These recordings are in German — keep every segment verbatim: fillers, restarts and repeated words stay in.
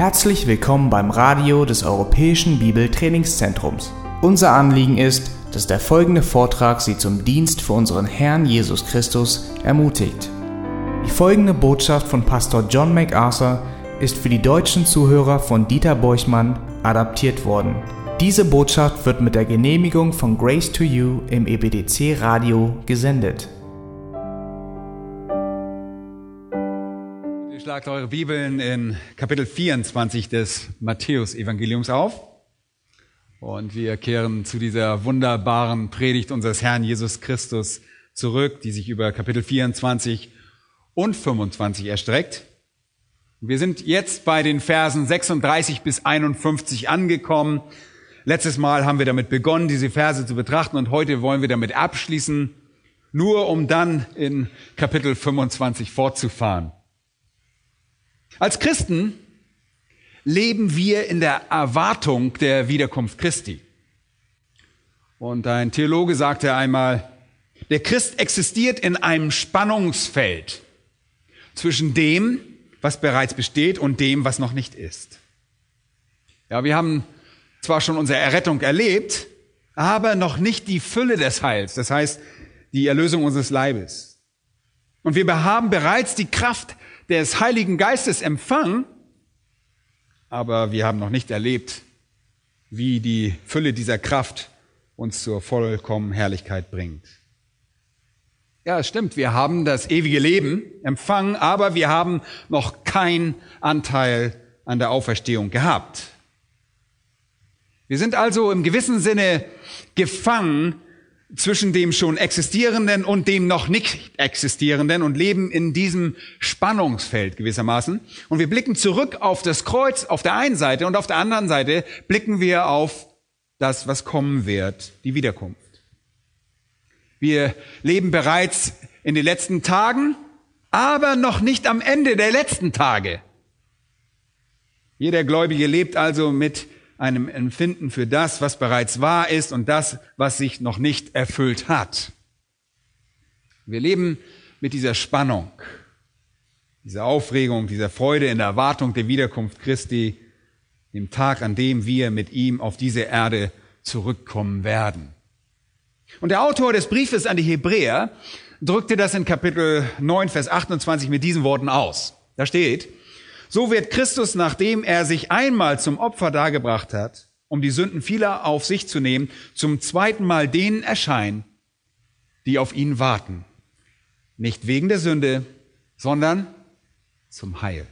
Herzlich willkommen beim Radio des Europäischen Bibeltrainingszentrums. Unser Anliegen ist, dass der folgende Vortrag Sie zum Dienst für unseren Herrn Jesus Christus ermutigt. Die folgende Botschaft von Pastor John MacArthur ist für die deutschen Zuhörer von Dieter Borchmann adaptiert worden. Diese Botschaft wird mit der Genehmigung von Grace to You im E B D C-Radio gesendet. Ihr schlagt eure Bibeln in Kapitel vierundzwanzig des Matthäus-Evangeliums auf. Und wir kehren zu dieser wunderbaren Predigt unseres Herrn Jesus Christus zurück, die sich über Kapitel vierundzwanzig und fünfundzwanzig erstreckt. Wir sind jetzt bei den Versen sechsunddreißig bis einundfünfzig angekommen. Letztes Mal haben wir damit begonnen, diese Verse zu betrachten, und heute wollen wir damit abschließen, nur um dann in Kapitel fünfundzwanzig fortzufahren. Als Christen leben wir in der Erwartung der Wiederkunft Christi. Und ein Theologe sagte einmal, der Christ existiert in einem Spannungsfeld zwischen dem, was bereits besteht, und dem, was noch nicht ist. Ja, wir haben zwar schon unsere Errettung erlebt, aber noch nicht die Fülle des Heils, das heißt die Erlösung unseres Leibes. Und wir haben bereits die Kraft des Heiligen Geistes empfangen, aber wir haben noch nicht erlebt, wie die Fülle dieser Kraft uns zur vollkommenen Herrlichkeit bringt. Ja, es stimmt, wir haben das ewige Leben empfangen, aber wir haben noch keinen Anteil an der Auferstehung gehabt. Wir sind also im gewissen Sinne gefangen zwischen dem schon Existierenden und dem noch nicht Existierenden und leben in diesem Spannungsfeld gewissermaßen. Und wir blicken zurück auf das Kreuz auf der einen Seite, und auf der anderen Seite blicken wir auf das, was kommen wird, die Wiederkunft. Wir leben bereits in den letzten Tagen, aber noch nicht am Ende der letzten Tage. Jeder Gläubige lebt also mit einem Empfinden für das, was bereits wahr ist, und das, was sich noch nicht erfüllt hat. Wir leben mit dieser Spannung, dieser Aufregung, dieser Freude in der Erwartung der Wiederkunft Christi, dem Tag, an dem wir mit ihm auf diese Erde zurückkommen werden. Und der Autor des Briefes an die Hebräer drückte das in Kapitel neun, Vers achtundzwanzig mit diesen Worten aus. Da steht: So wird Christus, nachdem er sich einmal zum Opfer dargebracht hat, um die Sünden vieler auf sich zu nehmen, zum zweiten Mal denen erscheinen, die auf ihn warten. Nicht wegen der Sünde, sondern zum Heil.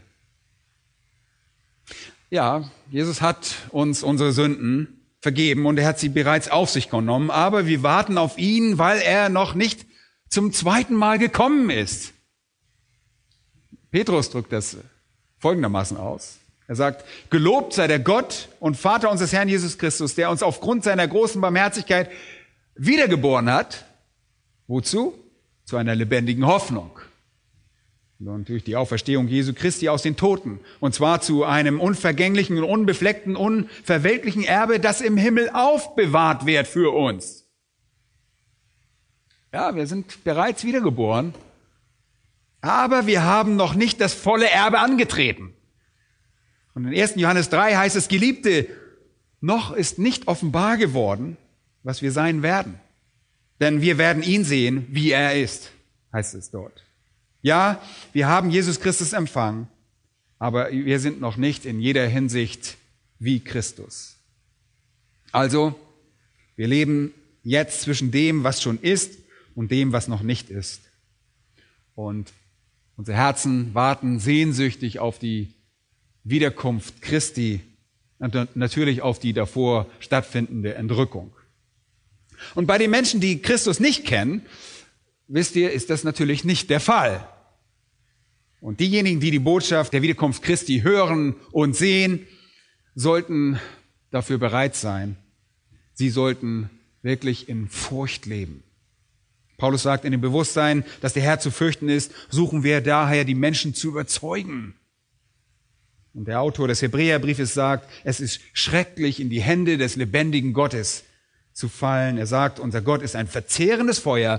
Ja, Jesus hat uns unsere Sünden vergeben und er hat sie bereits auf sich genommen, aber wir warten auf ihn, weil er noch nicht zum zweiten Mal gekommen ist. Petrus drückt das folgendermaßen aus. Er sagt: Gelobt sei der Gott und Vater unseres Herrn Jesus Christus, der uns aufgrund seiner großen Barmherzigkeit wiedergeboren hat. Wozu? Zu einer lebendigen Hoffnung. Und durch die Auferstehung Jesu Christi aus den Toten. Und zwar zu einem unvergänglichen und unbefleckten, unverwelklichen Erbe, das im Himmel aufbewahrt wird für uns. Ja, wir sind bereits wiedergeboren, aber wir haben noch nicht das volle Erbe angetreten. Und in ersten Johannes drei heißt es: Geliebte, noch ist nicht offenbar geworden, was wir sein werden. Denn wir werden ihn sehen, wie er ist, heißt es dort. Ja, wir haben Jesus Christus empfangen, aber wir sind noch nicht in jeder Hinsicht wie Christus. Also, wir leben jetzt zwischen dem, was schon ist, und dem, was noch nicht ist. Und unsere Herzen warten sehnsüchtig auf die Wiederkunft Christi und natürlich auf die davor stattfindende Entrückung. Und bei den Menschen, die Christus nicht kennen, wisst ihr, ist das natürlich nicht der Fall. Und diejenigen, die die Botschaft der Wiederkunft Christi hören und sehen, sollten dafür bereit sein. Sie sollten wirklich in Furcht leben. Paulus sagt, in dem Bewusstsein, dass der Herr zu fürchten ist, suchen wir daher, die Menschen zu überzeugen. Und der Autor des Hebräerbriefes sagt, es ist schrecklich, in die Hände des lebendigen Gottes zu fallen. Er sagt, unser Gott ist ein verzehrendes Feuer.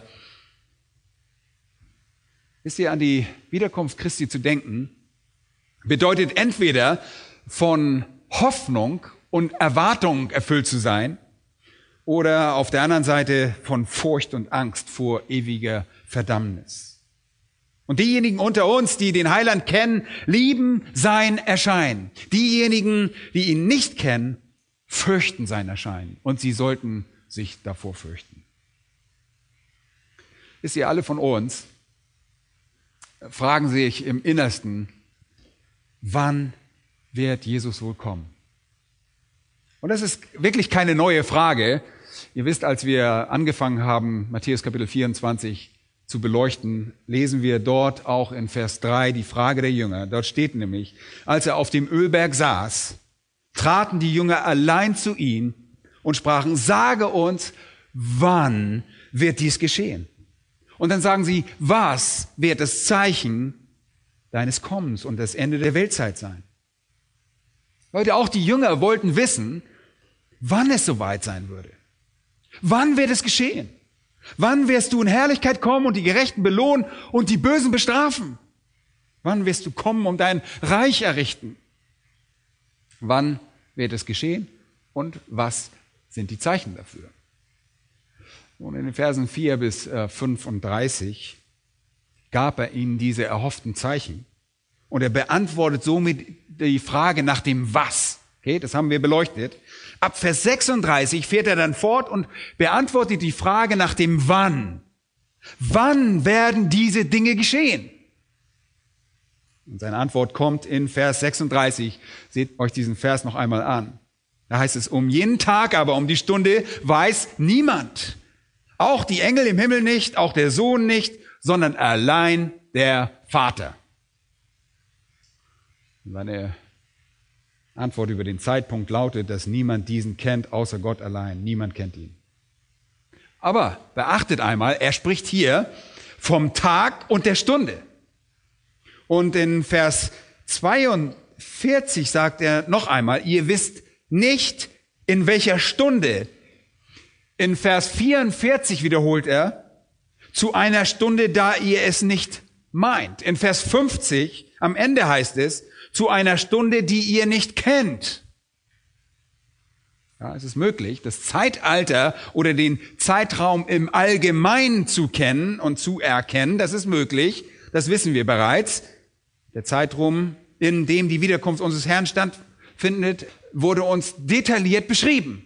Wisst ihr, an die Wiederkunft Christi zu denken, bedeutet entweder von Hoffnung und Erwartung erfüllt zu sein oder auf der anderen Seite von Furcht und Angst vor ewiger Verdammnis. Und diejenigen unter uns, die den Heiland kennen, lieben sein Erscheinen. Diejenigen, die ihn nicht kennen, fürchten sein Erscheinen. Und sie sollten sich davor fürchten. Wisst ihr, alle von uns fragen sich im Innersten, wann wird Jesus wohl kommen? Und das ist wirklich keine neue Frage. Ihr wisst, als wir angefangen haben, Matthäus Kapitel vierundzwanzig zu beleuchten, lesen wir dort auch in Vers drei die Frage der Jünger. Dort steht nämlich, als er auf dem Ölberg saß, traten die Jünger allein zu ihm und sprachen, sage uns, wann wird dies geschehen? Und dann sagen sie, was wird das Zeichen deines Kommens und das Ende der Weltzeit sein? Leute, auch die Jünger wollten wissen, wann es soweit sein würde. Wann wird es geschehen? Wann wirst du in Herrlichkeit kommen und die Gerechten belohnen und die Bösen bestrafen? Wann wirst du kommen und dein Reich errichten? Wann wird es geschehen und was sind die Zeichen dafür? Und in den Versen vier bis fünfunddreißig gab er ihnen diese erhofften Zeichen. Und er beantwortet somit die Frage nach dem Was. Okay, das haben wir beleuchtet. Ab Vers sechsunddreißig fährt er dann fort und beantwortet die Frage nach dem Wann. Wann werden diese Dinge geschehen? Und seine Antwort kommt in Vers sechsunddreißig. Seht euch diesen Vers noch einmal an. Da heißt es, um jeden Tag, aber um die Stunde weiß niemand. Auch die Engel im Himmel nicht, auch der Sohn nicht, sondern allein der Vater. Seine Antwort über den Zeitpunkt lautet, dass niemand diesen kennt, außer Gott allein. Niemand kennt ihn. Aber beachtet einmal, er spricht hier vom Tag und der Stunde. Und in Vers zweiundvierzig sagt er noch einmal, ihr wisst nicht, in welcher Stunde. In Vers vierundvierzig wiederholt er, zu einer Stunde, da ihr es nicht meint. In Vers fünfzig, am Ende heißt es, zu einer Stunde, die ihr nicht kennt. Ja, es ist möglich, das Zeitalter oder den Zeitraum im Allgemeinen zu kennen und zu erkennen. Das ist möglich, das wissen wir bereits. Der Zeitraum, in dem die Wiederkunft unseres Herrn stattfindet, wurde uns detailliert beschrieben.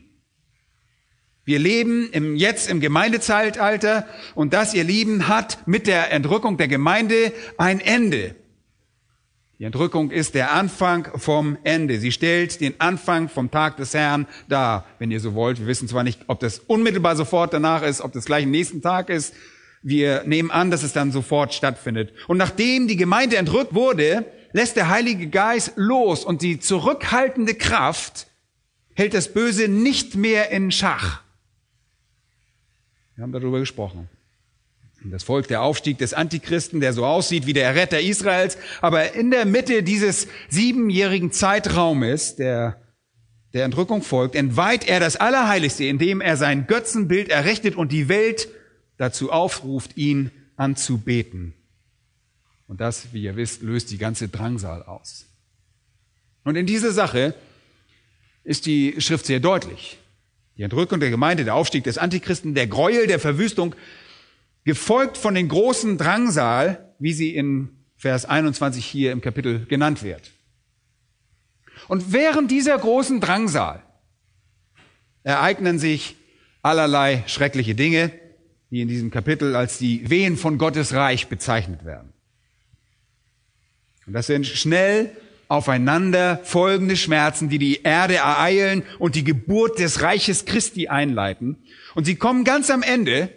Wir leben im, jetzt im Gemeindezeitalter und das, ihr Lieben, hat mit der Entrückung der Gemeinde ein Ende. Die Entrückung ist der Anfang vom Ende. Sie stellt den Anfang vom Tag des Herrn dar, wenn ihr so wollt. Wir wissen zwar nicht, ob das unmittelbar sofort danach ist, ob das gleich am nächsten Tag ist. Wir nehmen an, dass es dann sofort stattfindet. Und nachdem die Gemeinde entrückt wurde, lässt der Heilige Geist los und die zurückhaltende Kraft hält das Böse nicht mehr in Schach. Wir haben darüber gesprochen. Das Volk, der Aufstieg des Antichristen, der so aussieht wie der Erretter Israels, aber in der Mitte dieses siebenjährigen Zeitraumes, der der Entrückung folgt, entweiht er das Allerheiligste, indem er sein Götzenbild errichtet und die Welt dazu aufruft, ihn anzubeten. Und das, wie ihr wisst, löst die ganze Drangsal aus. Und in dieser Sache ist die Schrift sehr deutlich. Die Entrückung der Gemeinde, der Aufstieg des Antichristen, der Gräuel der Verwüstung, gefolgt von den großen Drangsal, wie sie in Vers einundzwanzig hier im Kapitel genannt wird. Und während dieser großen Drangsal ereignen sich allerlei schreckliche Dinge, die in diesem Kapitel als die Wehen von Gottes Reich bezeichnet werden. Und das sind schnell aufeinander folgende Schmerzen, die die Erde ereilen und die Geburt des Reiches Christi einleiten. Und sie kommen ganz am Ende,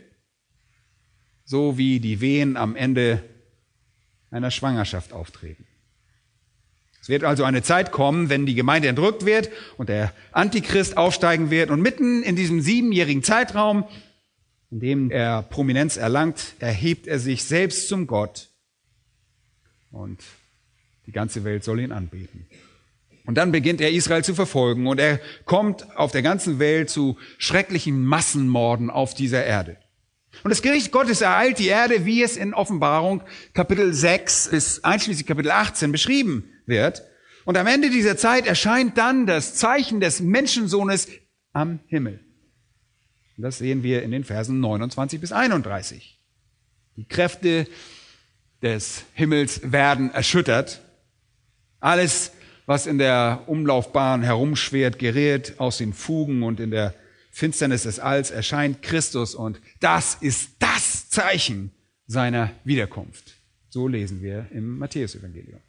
so wie die Wehen am Ende einer Schwangerschaft auftreten. Es wird also eine Zeit kommen, wenn die Gemeinde entrückt wird und der Antichrist aufsteigen wird und mitten in diesem siebenjährigen Zeitraum, in dem er Prominenz erlangt, erhebt er sich selbst zum Gott und die ganze Welt soll ihn anbeten. Und dann beginnt er Israel zu verfolgen und er kommt auf der ganzen Welt zu schrecklichen Massenmorden auf dieser Erde. Und das Gericht Gottes ereilt die Erde, wie es in Offenbarung Kapitel sechs bis einschließlich Kapitel achtzehn beschrieben wird. Und am Ende dieser Zeit erscheint dann das Zeichen des Menschensohnes am Himmel. Und das sehen wir in den Versen neunundzwanzig bis einunddreißig. Die Kräfte des Himmels werden erschüttert. Alles, was in der Umlaufbahn herumschwirrt, gerät aus den Fugen und in der Finsternis des Alls erscheint Christus. Und das ist das Zeichen seiner Wiederkunft. So lesen wir im Matthäus-Evangelium.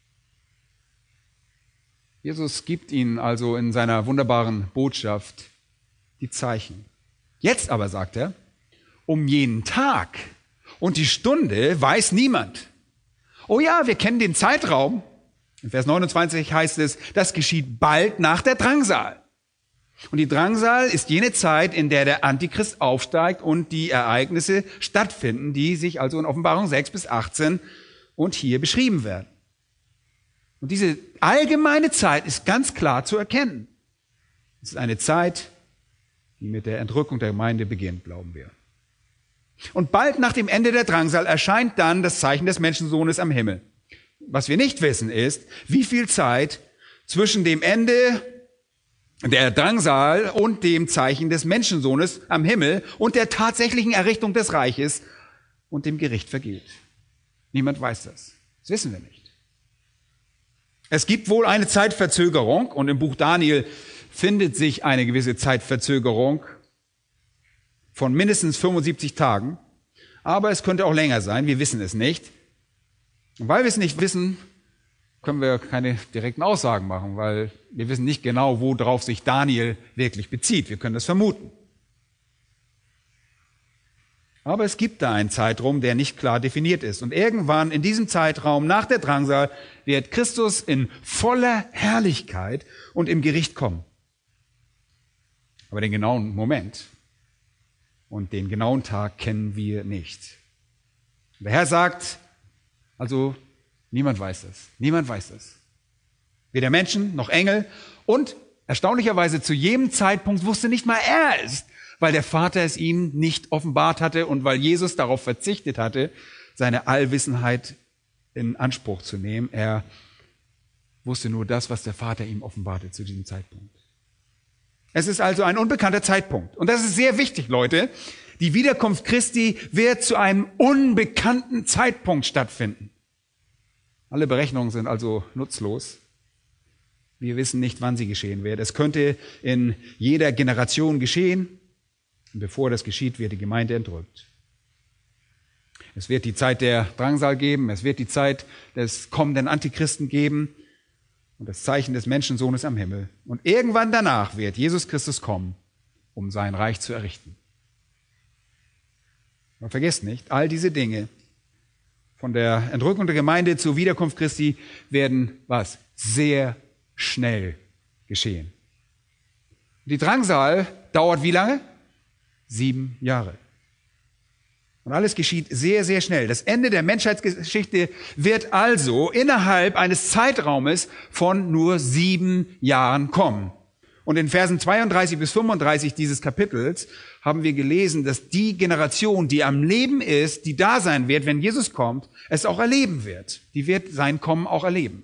Jesus gibt ihnen also in seiner wunderbaren Botschaft die Zeichen. Jetzt aber, sagt er, um jenen Tag und die Stunde weiß niemand. Oh ja, wir kennen den Zeitraum. In Vers neunundzwanzig heißt es, das geschieht bald nach der Drangsal. Und die Drangsal ist jene Zeit, in der der Antichrist aufsteigt und die Ereignisse stattfinden, die sich also in Offenbarung sechs bis achtzehn und hier beschrieben werden. Und diese allgemeine Zeit ist ganz klar zu erkennen. Es ist eine Zeit, die mit der Entrückung der Gemeinde beginnt, glauben wir. Und bald nach dem Ende der Drangsal erscheint dann das Zeichen des Menschensohnes am Himmel. Was wir nicht wissen ist, wie viel Zeit zwischen dem Ende der Drangsal und dem Zeichen des Menschensohnes am Himmel und der tatsächlichen Errichtung des Reiches und dem Gericht vergeht. Niemand weiß das. Das wissen wir nicht. Es gibt wohl eine Zeitverzögerung und im Buch Daniel findet sich eine gewisse Zeitverzögerung von mindestens fünfundsiebzig Tagen, aber es könnte auch länger sein, wir wissen es nicht. Und weil wir es nicht wissen, können wir keine direkten Aussagen machen, weil wir wissen nicht genau, worauf sich Daniel wirklich bezieht. Wir können das vermuten. Aber es gibt da einen Zeitraum, der nicht klar definiert ist. Und irgendwann in diesem Zeitraum nach der Drangsal wird Christus in voller Herrlichkeit und im Gericht kommen. Aber den genauen Moment und den genauen Tag kennen wir nicht. Der Herr sagt, also niemand weiß das. Niemand weiß das. Weder Menschen noch Engel. Und erstaunlicherweise zu jedem Zeitpunkt wusste nicht mal er es, weil der Vater es ihm nicht offenbart hatte und weil Jesus darauf verzichtet hatte, seine Allwissenheit in Anspruch zu nehmen. Er wusste nur das, was der Vater ihm offenbarte zu diesem Zeitpunkt. Es ist also ein unbekannter Zeitpunkt. Und das ist sehr wichtig, Leute. Die Wiederkunft Christi wird zu einem unbekannten Zeitpunkt stattfinden. Alle Berechnungen sind also nutzlos. Wir wissen nicht, wann sie geschehen wird. Es könnte in jeder Generation geschehen. Und bevor das geschieht, wird die Gemeinde entrückt. Es wird die Zeit der Drangsal geben. Es wird die Zeit des kommenden Antichristen geben. Und das Zeichen des Menschensohnes am Himmel. Und irgendwann danach wird Jesus Christus kommen, um sein Reich zu errichten. Aber vergesst nicht, all diese Dinge, von der Entrückung der Gemeinde zur Wiederkunft Christi, werden was? Sehr schnell geschehen. Die Drangsal dauert wie lange? Sieben Jahre. Und alles geschieht sehr, sehr schnell. Das Ende der Menschheitsgeschichte wird also innerhalb eines Zeitraumes von nur sieben Jahren kommen. Und in Versen zweiunddreißig bis fünfunddreißig dieses Kapitels haben wir gelesen, dass die Generation, die am Leben ist, die da sein wird, wenn Jesus kommt, es auch erleben wird. Die wird sein Kommen auch erleben.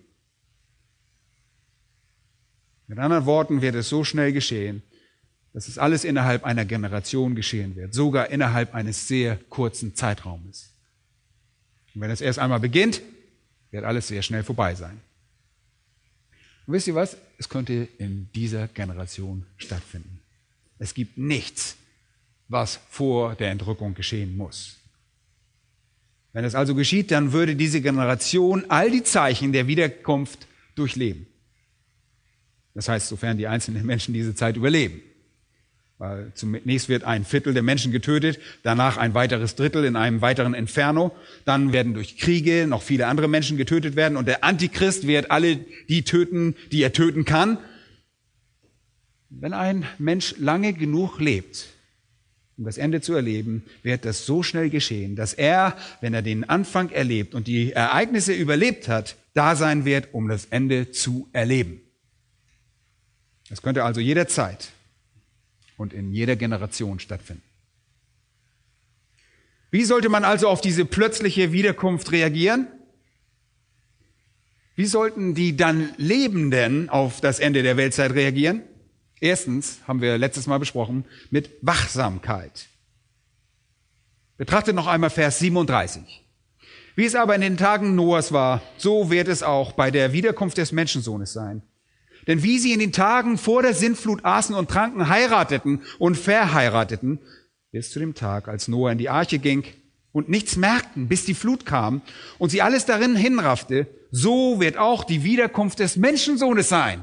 Mit anderen Worten wird es so schnell geschehen, dass es alles innerhalb einer Generation geschehen wird, sogar innerhalb eines sehr kurzen Zeitraumes. Und wenn es erst einmal beginnt, wird alles sehr schnell vorbei sein. Und wisst ihr was? Es könnte in dieser Generation stattfinden. Es gibt nichts, was vor der Entrückung geschehen muss. Wenn es also geschieht, dann würde diese Generation all die Zeichen der Wiederkunft durchleben. Das heißt, sofern die einzelnen Menschen diese Zeit überleben. Weil zunächst wird ein Viertel der Menschen getötet, danach ein weiteres Drittel in einem weiteren Inferno. Dann werden durch Kriege noch viele andere Menschen getötet werden und der Antichrist wird alle die töten, die er töten kann. Wenn ein Mensch lange genug lebt, um das Ende zu erleben, wird das so schnell geschehen, dass er, wenn er den Anfang erlebt und die Ereignisse überlebt hat, da sein wird, um das Ende zu erleben. Das könnte also jederzeit und in jeder Generation stattfinden. Wie sollte man also auf diese plötzliche Wiederkunft reagieren? Wie sollten die dann Lebenden auf das Ende der Weltzeit reagieren? Erstens, haben wir letztes Mal besprochen, mit Wachsamkeit. Betrachtet noch einmal Vers siebenunddreißig. Wie es aber in den Tagen Noahs war, so wird es auch bei der Wiederkunft des Menschensohnes sein. Denn wie sie in den Tagen vor der Sintflut aßen und tranken, heirateten und verheirateten, bis zu dem Tag, als Noah in die Arche ging und nichts merkten, bis die Flut kam und sie alles darin hinraffte, so wird auch die Wiederkunft des Menschensohnes sein.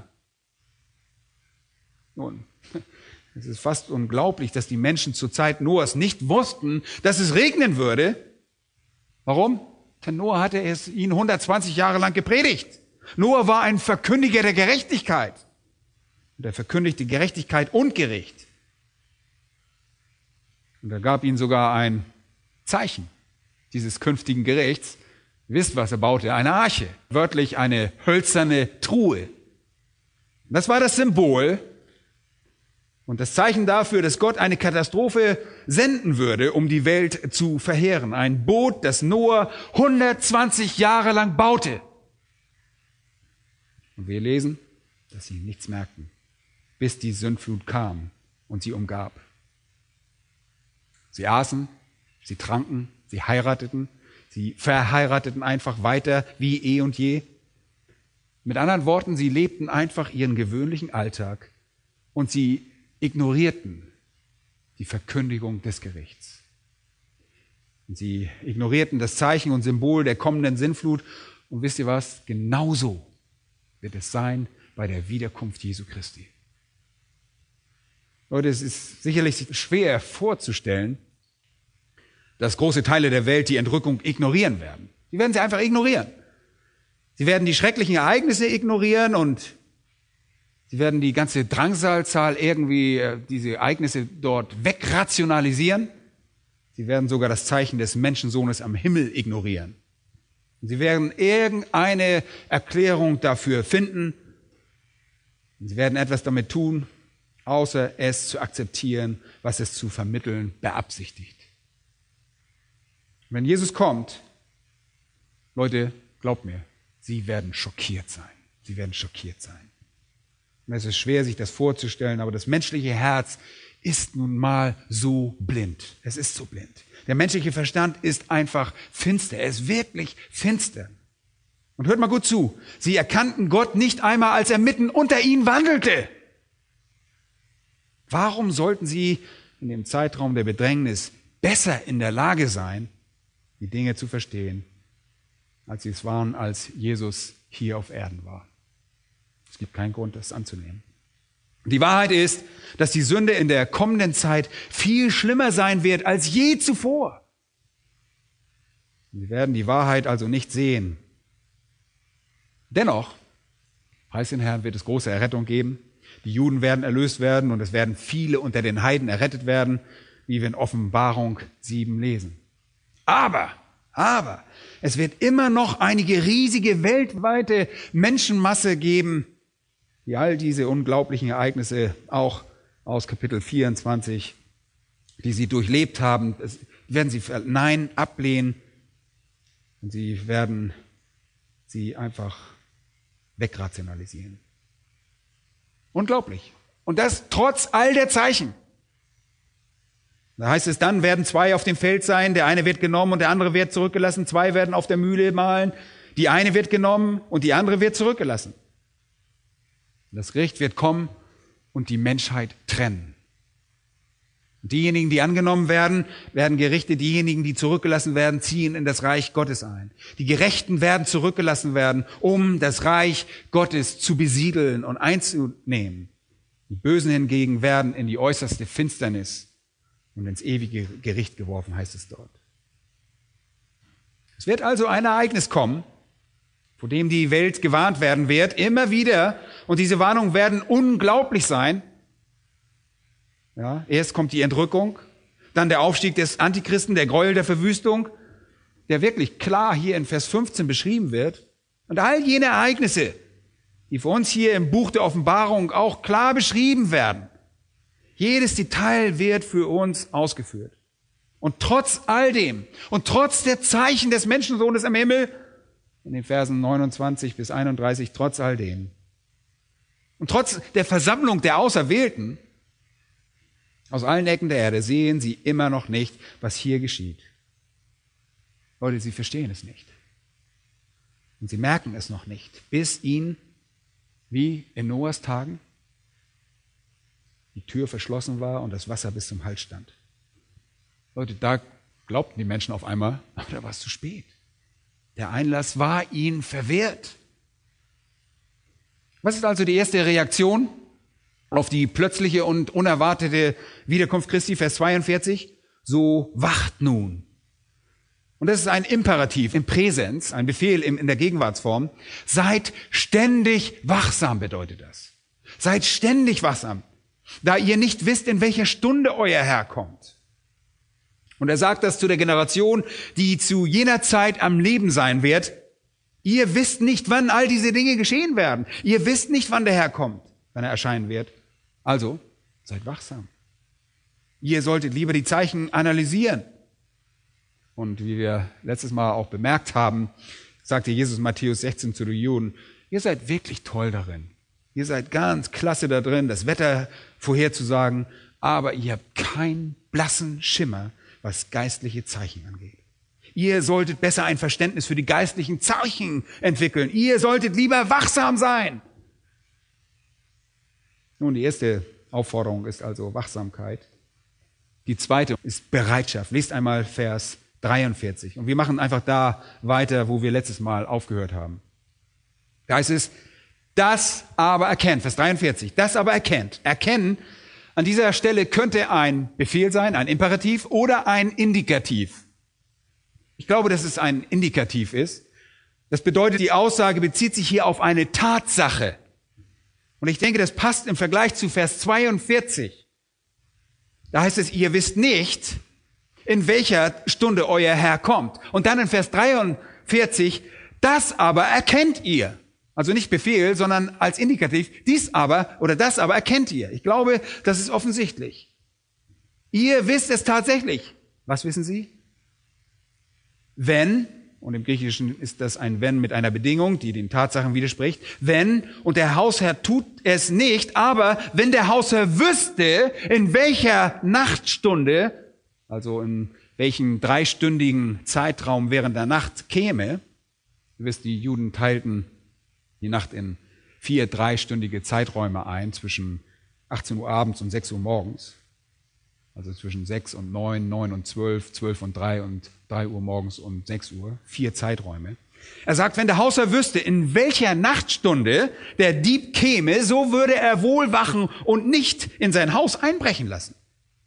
Nun, es ist fast unglaublich, dass die Menschen zur Zeit Noahs nicht wussten, dass es regnen würde. Warum? Denn Noah hatte es ihnen hundertzwanzig Jahre lang gepredigt. Noah war ein Verkündiger der Gerechtigkeit. Und er verkündigte Gerechtigkeit und Gericht. Und er gab ihnen sogar ein Zeichen dieses künftigen Gerichts. Ihr wisst, was er baute? Eine Arche. Wörtlich eine hölzerne Truhe. Das war das Symbol und das Zeichen dafür, dass Gott eine Katastrophe senden würde, um die Welt zu verheeren. Ein Boot, das Noah hundertzwanzig Jahre lang baute. Und wir lesen, dass sie nichts merkten, bis die Sintflut kam und sie umgab. Sie aßen, sie tranken, sie heirateten, sie verheirateten einfach weiter wie eh und je. Mit anderen Worten, sie lebten einfach ihren gewöhnlichen Alltag und sie ignorierten die Verkündigung des Gerichts. Und sie ignorierten das Zeichen und Symbol der kommenden Sintflut. Und wisst ihr was? Genauso wird es sein bei der Wiederkunft Jesu Christi. Leute, es ist sicherlich schwer vorzustellen, dass große Teile der Welt die Entrückung ignorieren werden. Sie werden sie einfach ignorieren. Sie werden die schrecklichen Ereignisse ignorieren und sie werden die ganze Drangsalzahl irgendwie, diese Ereignisse dort wegrationalisieren. Sie werden sogar das Zeichen des Menschensohnes am Himmel ignorieren. Und sie werden irgendeine Erklärung dafür finden. Und sie werden etwas damit tun, außer es zu akzeptieren, was es zu vermitteln beabsichtigt. Wenn Jesus kommt, Leute, glaubt mir, sie werden schockiert sein. Sie werden schockiert sein. Und es ist schwer, sich das vorzustellen, aber das menschliche Herz ist nun mal so blind. Es ist so blind. Der menschliche Verstand ist einfach finster. Er ist wirklich finster. Und hört mal gut zu. Sie erkannten Gott nicht einmal, als er mitten unter ihnen wandelte. Warum sollten sie in dem Zeitraum der Bedrängnis besser in der Lage sein, die Dinge zu verstehen, als sie es waren, als Jesus hier auf Erden war? Es gibt keinen Grund, das anzunehmen. Die Wahrheit ist, dass die Sünde in der kommenden Zeit viel schlimmer sein wird als je zuvor. Sie werden die Wahrheit also nicht sehen. Dennoch, preis den Herrn, wird es große Errettung geben. Die Juden werden erlöst werden und es werden viele unter den Heiden errettet werden, wie wir in Offenbarung sieben lesen. Aber, aber, es wird immer noch einige riesige weltweite Menschenmasse geben, die all diese unglaublichen Ereignisse auch aus Kapitel vierundzwanzig, die sie durchlebt haben, das werden sie Nein ablehnen und sie werden sie einfach wegrationalisieren. Unglaublich. Und das trotz all der Zeichen. Da heißt es, dann werden zwei auf dem Feld sein, der eine wird genommen und der andere wird zurückgelassen, zwei werden auf der Mühle mahlen, die eine wird genommen und die andere wird zurückgelassen. Das Gericht wird kommen und die Menschheit trennen. Und diejenigen, die angenommen werden, werden gerichtet. Diejenigen, die zurückgelassen werden, ziehen in das Reich Gottes ein. Die Gerechten werden zurückgelassen werden, um das Reich Gottes zu besiedeln und einzunehmen. Die Bösen hingegen werden in die äußerste Finsternis und ins ewige Gericht geworfen, heißt es dort. Es wird also ein Ereignis kommen, vor dem die Welt gewarnt werden wird, immer wieder. Und diese Warnungen werden unglaublich sein. Ja, erst kommt die Entrückung, dann der Aufstieg des Antichristen, der Gräuel der Verwüstung, der wirklich klar hier in Vers fünfzehn beschrieben wird. Und all jene Ereignisse, die für uns hier im Buch der Offenbarung auch klar beschrieben werden. Jedes Detail wird für uns ausgeführt. Und trotz all dem und trotz der Zeichen des Menschensohnes am Himmel in den Versen neunundzwanzig bis einunddreißig, trotz all dem. Und trotz der Versammlung der Auserwählten aus allen Ecken der Erde sehen sie immer noch nicht, was hier geschieht. Leute, sie verstehen es nicht. Und sie merken es noch nicht, bis ihnen, wie in Noahs Tagen, die Tür verschlossen war und das Wasser bis zum Hals stand. Leute, da glaubten die Menschen auf einmal, aber da war es zu spät. Der Einlass war ihnen verwehrt. Was ist also die erste Reaktion auf die plötzliche und unerwartete Wiederkunft Christi? Vers zweiundvierzig. So wacht nun. Und das ist ein Imperativ im Präsens, ein Befehl in der Gegenwartsform. Seid ständig wachsam, bedeutet das. Seid ständig wachsam, da ihr nicht wisst, in welcher Stunde euer Herr kommt. Und er sagt das zu der Generation, die zu jener Zeit am Leben sein wird. Ihr wisst nicht, wann all diese Dinge geschehen werden. Ihr wisst nicht, wann der Herr kommt, wenn er erscheinen wird. Also, seid wachsam. Ihr solltet lieber die Zeichen analysieren. Und wie wir letztes Mal auch bemerkt haben, sagte Jesus in Matthäus sechzehn zu den Juden, ihr seid wirklich toll darin. Ihr seid ganz klasse da drin, das Wetter vorherzusagen, aber ihr habt keinen blassen Schimmer, was geistliche Zeichen angeht. Ihr solltet besser ein Verständnis für die geistlichen Zeichen entwickeln. Ihr solltet lieber wachsam sein. Nun, die erste Aufforderung ist also Wachsamkeit. Die zweite ist Bereitschaft. Lest einmal Vers dreiundvierzig. Und wir machen einfach da weiter, wo wir letztes Mal aufgehört haben. Da heißt es, das aber erkennt, Vers dreiundvierzig, das aber erkennt. Erkennen, an dieser Stelle könnte ein Befehl sein, ein Imperativ oder ein Indikativ. Ich glaube, dass es ein Indikativ ist. Das bedeutet, die Aussage bezieht sich hier auf eine Tatsache. Und ich denke, das passt im Vergleich zu Vers zweiundvierzig. Da heißt es, ihr wisst nicht, in welcher Stunde euer Herr kommt. Und dann in Vers dreiundvierzig, das aber erkennt ihr. Also nicht Befehl, sondern als Indikativ, dies aber oder das aber erkennt ihr. Ich glaube, das ist offensichtlich. Ihr wisst es tatsächlich. Was wissen Sie? Wenn, und im Griechischen ist das ein Wenn mit einer Bedingung, die den Tatsachen widerspricht, wenn, und der Hausherr tut es nicht, aber wenn der Hausherr wüsste, in welcher Nachtstunde, also in welchem dreistündigen Zeitraum während der Nacht käme, ihr wisst, die Juden teilten die Nacht in vier dreistündige Zeiträume ein, zwischen achtzehn Uhr abends und sechs Uhr morgens. Also zwischen sechs und neun, neun und zwölf, zwölf und drei und drei Uhr morgens und sechs Uhr. Vier Zeiträume. Er sagt, wenn der Hausherr wüsste, in welcher Nachtstunde der Dieb käme, so würde er wohl wachen und nicht in sein Haus einbrechen lassen.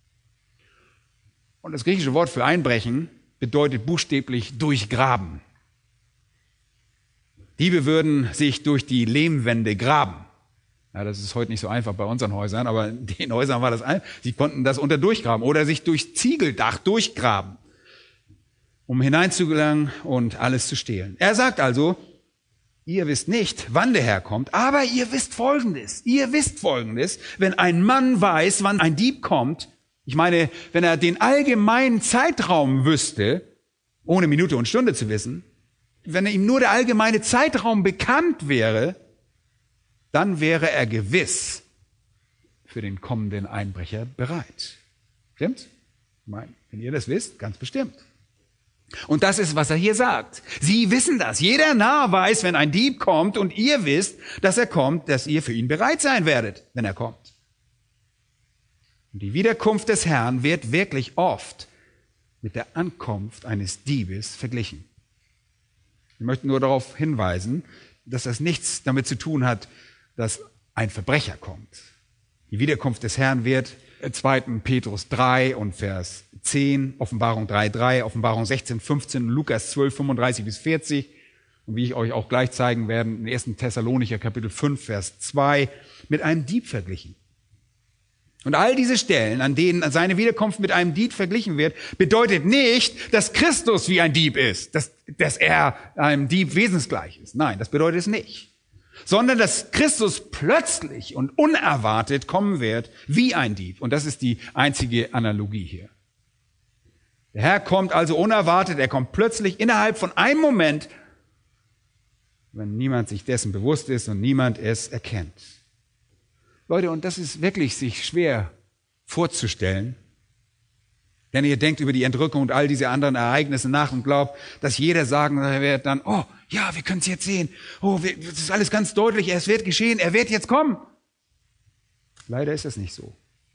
Und das griechische Wort für einbrechen bedeutet buchstäblich durchgraben. Diebe würden sich durch die Lehmwände graben. Ja, das ist heute nicht so einfach bei unseren Häusern, aber in den Häusern war das ein. Sie konnten das unter durchgraben oder sich durch Ziegeldach durchgraben, um hineinzugelangen und alles zu stehlen. Er sagt also, ihr wisst nicht, wann der Herr kommt, aber ihr wisst Folgendes. Ihr wisst Folgendes, wenn ein Mann weiß, wann ein Dieb kommt, ich meine, wenn er den allgemeinen Zeitraum wüsste, ohne Minute und Stunde zu wissen, wenn ihm nur der allgemeine Zeitraum bekannt wäre, dann wäre er gewiss für den kommenden Einbrecher bereit. Stimmt's? Ich meine, wenn ihr das wisst, ganz bestimmt. Und das ist, was er hier sagt. Sie wissen das. Jeder Narr weiß, wenn ein Dieb kommt und ihr wisst, dass er kommt, dass ihr für ihn bereit sein werdet, wenn er kommt. Und die Wiederkunft des Herrn wird wirklich oft mit der Ankunft eines Diebes verglichen. Ich möchte nur darauf hinweisen, dass das nichts damit zu tun hat, dass ein Verbrecher kommt. Die Wiederkunft des Herrn wird zweiten Petrus drei und Vers zehn, Offenbarung drei, drei, Offenbarung sechzehn, fünfzehn, Lukas zwölf, fünfunddreißig bis vierzig und wie ich euch auch gleich zeigen werde, in ersten Thessalonicher Kapitel fünf, Vers zwei, mit einem Dieb verglichen. Und all diese Stellen, an denen seine Wiederkunft mit einem Dieb verglichen wird, bedeutet nicht, dass Christus wie ein Dieb ist, dass, dass er einem Dieb wesensgleich ist. Nein, das bedeutet es nicht. Sondern, dass Christus plötzlich und unerwartet kommen wird wie ein Dieb. Und das ist die einzige Analogie hier. Der Herr kommt also unerwartet, er kommt plötzlich innerhalb von einem Moment wenn niemand sich dessen bewusst ist und niemand es erkennt. Leute, und das ist wirklich sich schwer vorzustellen, denn ihr denkt über die Entrückung und all diese anderen Ereignisse nach und glaubt, dass jeder sagen wird dann, oh ja, wir können es jetzt sehen, oh, wir, das ist alles ganz deutlich, es wird geschehen, er wird jetzt kommen. Leider ist es nicht so.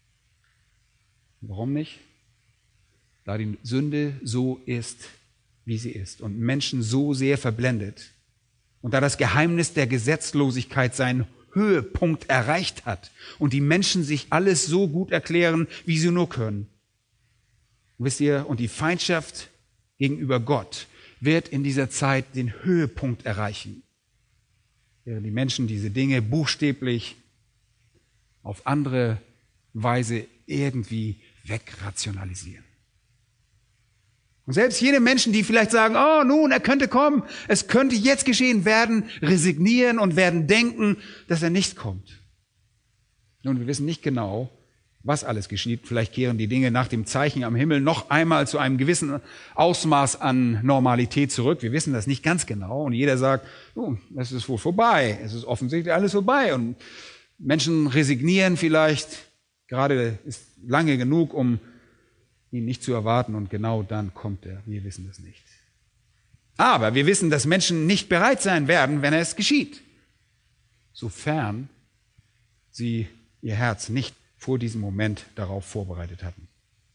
Warum nicht? Da die Sünde so ist, wie sie ist und Menschen so sehr verblendet und da das Geheimnis der Gesetzlosigkeit seinen Höhepunkt erreicht hat und die Menschen sich alles so gut erklären, wie sie nur können. Wisst ihr, und die Feindschaft gegenüber Gott wird in dieser Zeit den Höhepunkt erreichen, während die Menschen diese Dinge buchstäblich auf andere Weise irgendwie wegrationalisieren. Und selbst jene Menschen, die vielleicht sagen, oh nun, er könnte kommen, es könnte jetzt geschehen, werden resignieren und werden denken, dass er nicht kommt. Nun, wir wissen nicht genau, was alles geschieht. Vielleicht kehren die Dinge nach dem Zeichen am Himmel noch einmal zu einem gewissen Ausmaß an Normalität zurück. Wir wissen das nicht ganz genau. Und jeder sagt, oh, es ist wohl vorbei. Es ist offensichtlich alles vorbei. Und Menschen resignieren vielleicht. Gerade ist lange genug, um ihn nicht zu erwarten. Und genau dann kommt er. Wir wissen das nicht. Aber wir wissen, dass Menschen nicht bereit sein werden, wenn es geschieht. Sofern sie ihr Herz nicht vor diesem Moment darauf vorbereitet hatten.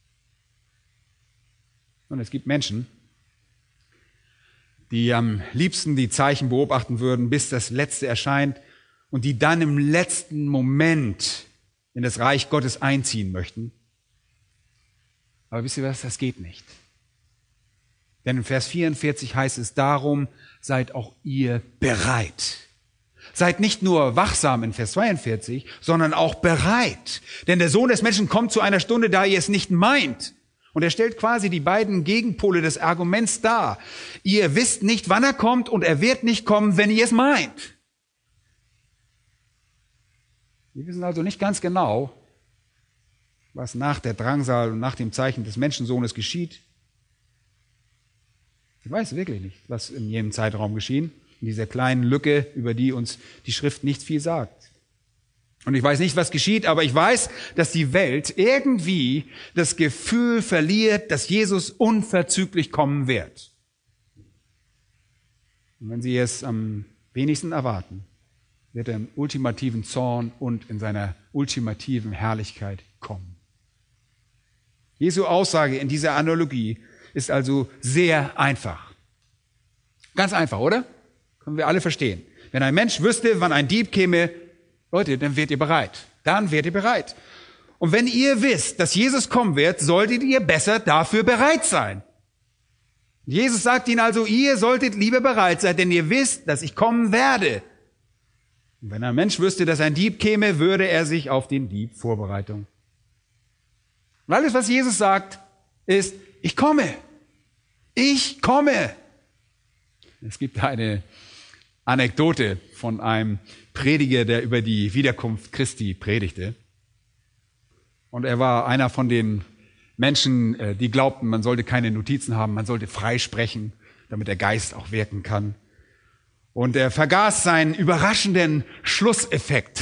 Und es gibt Menschen, die am liebsten die Zeichen beobachten würden, bis das Letzte erscheint und die dann im letzten Moment in das Reich Gottes einziehen möchten. Aber wisst ihr was, das geht nicht. Denn in Vers vierundvierzig heißt es, darum seid auch ihr bereit. Seid nicht nur wachsam in Vers zweiundvierzig, sondern auch bereit. Denn der Sohn des Menschen kommt zu einer Stunde, da ihr es nicht meint. Und er stellt quasi die beiden Gegenpole des Arguments dar. Ihr wisst nicht, wann er kommt und er wird nicht kommen, wenn ihr es meint. Wir wissen also nicht ganz genau, was nach der Drangsal und nach dem Zeichen des Menschensohnes geschieht. Ich weiß wirklich nicht, was in jedem Zeitraum geschehen. In dieser kleinen Lücke, über die uns die Schrift nicht viel sagt. Und ich weiß nicht, was geschieht, aber ich weiß, dass die Welt irgendwie das Gefühl verliert, dass Jesus unverzüglich kommen wird. Und wenn sie es am wenigsten erwarten, wird er im ultimativen Zorn und in seiner ultimativen Herrlichkeit kommen. Jesu Aussage in dieser Analogie ist also sehr einfach. Ganz einfach, oder? Können wir alle verstehen. Wenn ein Mensch wüsste, wann ein Dieb käme, Leute, dann werdet ihr bereit. Dann werdet ihr bereit. Und wenn ihr wisst, dass Jesus kommen wird, solltet ihr besser dafür bereit sein. Jesus sagt ihnen also, ihr solltet lieber bereit sein, denn ihr wisst, dass ich kommen werde. Und wenn ein Mensch wüsste, dass ein Dieb käme, würde er sich auf den Dieb vorbereiten. Und alles, was Jesus sagt, ist, ich komme. Ich komme. Es gibt eine Anekdote von einem Prediger, der über die Wiederkunft Christi predigte. Und er war einer von den Menschen, die glaubten, man sollte keine Notizen haben, man sollte frei sprechen, damit der Geist auch wirken kann. Und er vergaß seinen überraschenden Schlusseffekt.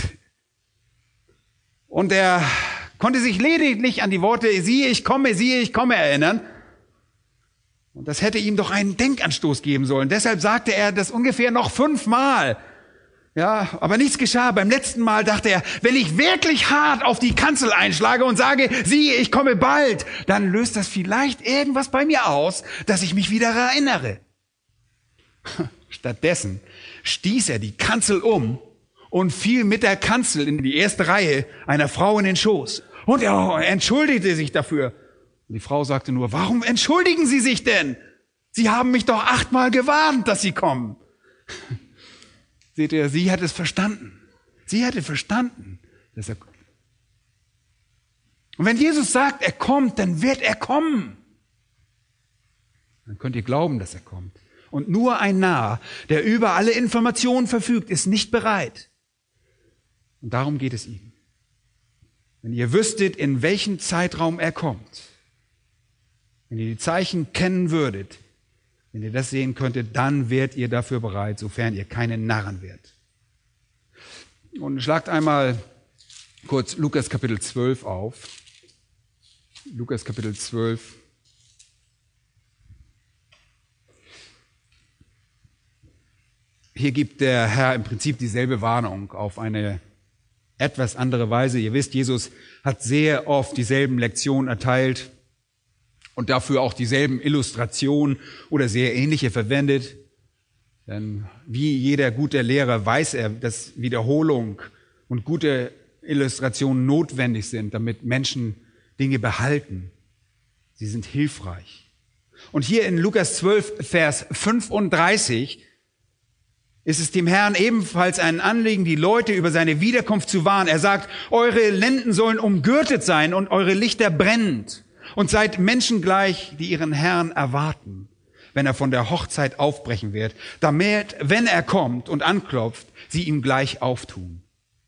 Und er konnte sich lediglich an die Worte, siehe, ich komme, siehe, ich komme erinnern. Und das hätte ihm doch einen Denkanstoß geben sollen. Deshalb sagte er das ungefähr noch fünfmal. Ja, aber nichts geschah. Beim letzten Mal dachte er, wenn ich wirklich hart auf die Kanzel einschlage und sage, siehe, ich komme bald, dann löst das vielleicht irgendwas bei mir aus, dass ich mich wieder erinnere. Stattdessen stieß er die Kanzel um und fiel mit der Kanzel in die erste Reihe einer Frau in den Schoß. Und er entschuldigte sich dafür. Und die Frau sagte nur, warum entschuldigen Sie sich denn? Sie haben mich doch achtmal gewarnt, dass Sie kommen. Seht ihr, sie hat es verstanden. Sie hatte verstanden, dass er kommt. Und wenn Jesus sagt, er kommt, dann wird er kommen. Dann könnt ihr glauben, dass er kommt. Und nur ein Narr, der über alle Informationen verfügt, ist nicht bereit. Und darum geht es ihm. Wenn ihr wüsstet, in welchem Zeitraum er kommt, wenn ihr die Zeichen kennen würdet, Wenn ihr das sehen könntet, dann wärt ihr dafür bereit, sofern ihr keine Narren wärt. Und schlagt einmal kurz Lukas Kapitel zwölf auf. Lukas Kapitel zwölf. Hier gibt der Herr im Prinzip dieselbe Warnung auf eine etwas andere Weise. Ihr wisst, Jesus hat sehr oft dieselben Lektionen erteilt und dafür auch dieselben Illustrationen oder sehr ähnliche verwendet. Denn wie jeder gute Lehrer weiß er, dass Wiederholung und gute Illustrationen notwendig sind, damit Menschen Dinge behalten. Sie sind hilfreich. Und hier in Lukas zwölf, Vers fünfunddreißig, ist es dem Herrn ebenfalls ein Anliegen, die Leute über seine Wiederkunft zu warnen. Er sagt, eure Lenden sollen umgürtet sein und eure Lichter brennend. Und seid Menschen gleich, die ihren Herrn erwarten, wenn er von der Hochzeit aufbrechen wird, damit, wenn er kommt und anklopft, sie ihm gleich auftun.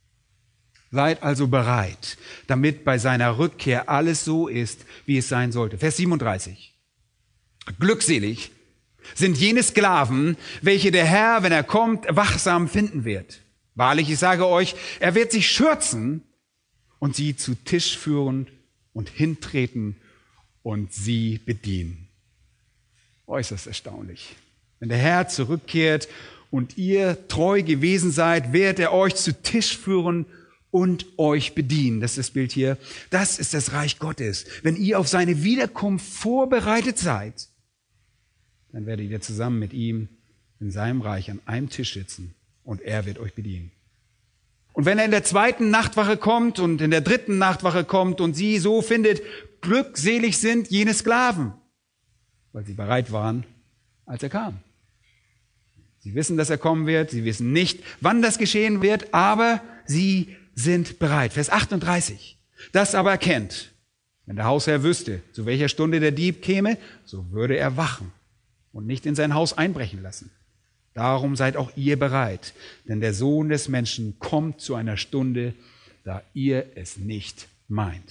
Seid also bereit, damit bei seiner Rückkehr alles so ist, wie es sein sollte. Vers siebenunddreißig. Glückselig sind jene Sklaven, welche der Herr, wenn er kommt, wachsam finden wird. Wahrlich, ich sage euch, er wird sich schürzen und sie zu Tisch führen und hintreten und sie bedienen. Äußerst erstaunlich. Wenn der Herr zurückkehrt und ihr treu gewesen seid, wird er euch zu Tisch führen und euch bedienen. Das ist das Bild hier. Das ist das Reich Gottes. Wenn ihr auf seine Wiederkunft vorbereitet seid, dann werdet ihr zusammen mit ihm in seinem Reich an einem Tisch sitzen und er wird euch bedienen. Und wenn er in der zweiten Nachtwache kommt und in der dritten Nachtwache kommt und sie so findet, glückselig sind jene Sklaven, weil sie bereit waren, als er kam. Sie wissen, dass er kommen wird, sie wissen nicht, wann das geschehen wird, aber sie sind bereit. Vers achtunddreißig. Das aber erkennt, wenn der Hausherr wüsste, zu welcher Stunde der Dieb käme, so würde er wachen und nicht in sein Haus einbrechen lassen. Darum seid auch ihr bereit, denn der Sohn des Menschen kommt zu einer Stunde, da ihr es nicht meint.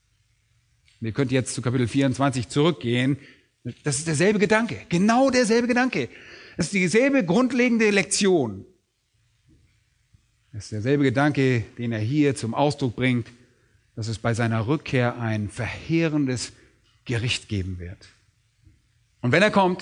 Ihr könnt jetzt zu Kapitel vierundzwanzig zurückgehen. Das ist derselbe Gedanke, genau derselbe Gedanke. Das ist dieselbe grundlegende Lektion. Das ist derselbe Gedanke, den er hier zum Ausdruck bringt, dass es bei seiner Rückkehr ein verheerendes Gericht geben wird. Und wenn er kommt,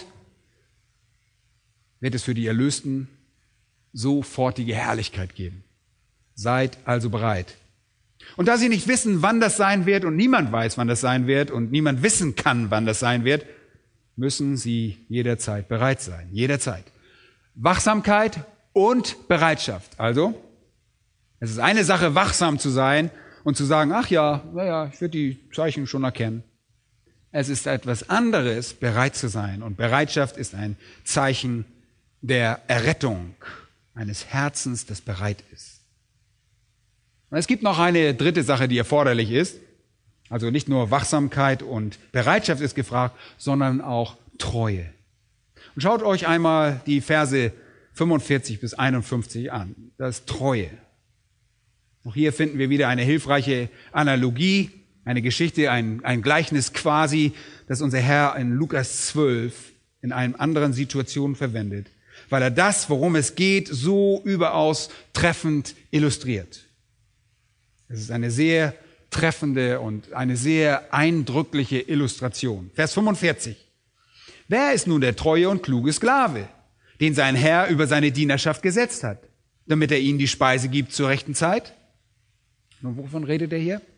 wird es für die Erlösten sofortige Herrlichkeit geben. Seid also bereit. Und da sie nicht wissen, wann das sein wird und niemand weiß, wann das sein wird und niemand wissen kann, wann das sein wird, müssen sie jederzeit bereit sein. Jederzeit. Wachsamkeit und Bereitschaft. Also, es ist eine Sache, wachsam zu sein und zu sagen, ach ja, naja, ich werde die Zeichen schon erkennen. Es ist etwas anderes, bereit zu sein. Und Bereitschaft ist ein Zeichen der Errettung eines Herzens, das bereit ist. Und es gibt noch eine dritte Sache, die erforderlich ist. Also nicht nur Wachsamkeit und Bereitschaft ist gefragt, sondern auch Treue. Und schaut euch einmal die Verse fünfundvierzig bis einundfünfzig an. Das ist Treue. Auch hier finden wir wieder eine hilfreiche Analogie, eine Geschichte, ein, ein Gleichnis quasi, das unser Herr in Lukas zwölf in einer anderen Situation verwendet, weil er das, worum es geht, so überaus treffend illustriert. Es ist eine sehr treffende und eine sehr eindrückliche Illustration. Vers fünfundvierzig. Wer ist nun der treue und kluge Sklave, den sein Herr über seine Dienerschaft gesetzt hat, damit er ihnen die Speise gibt zur rechten Zeit? Nun, wovon redet er hier?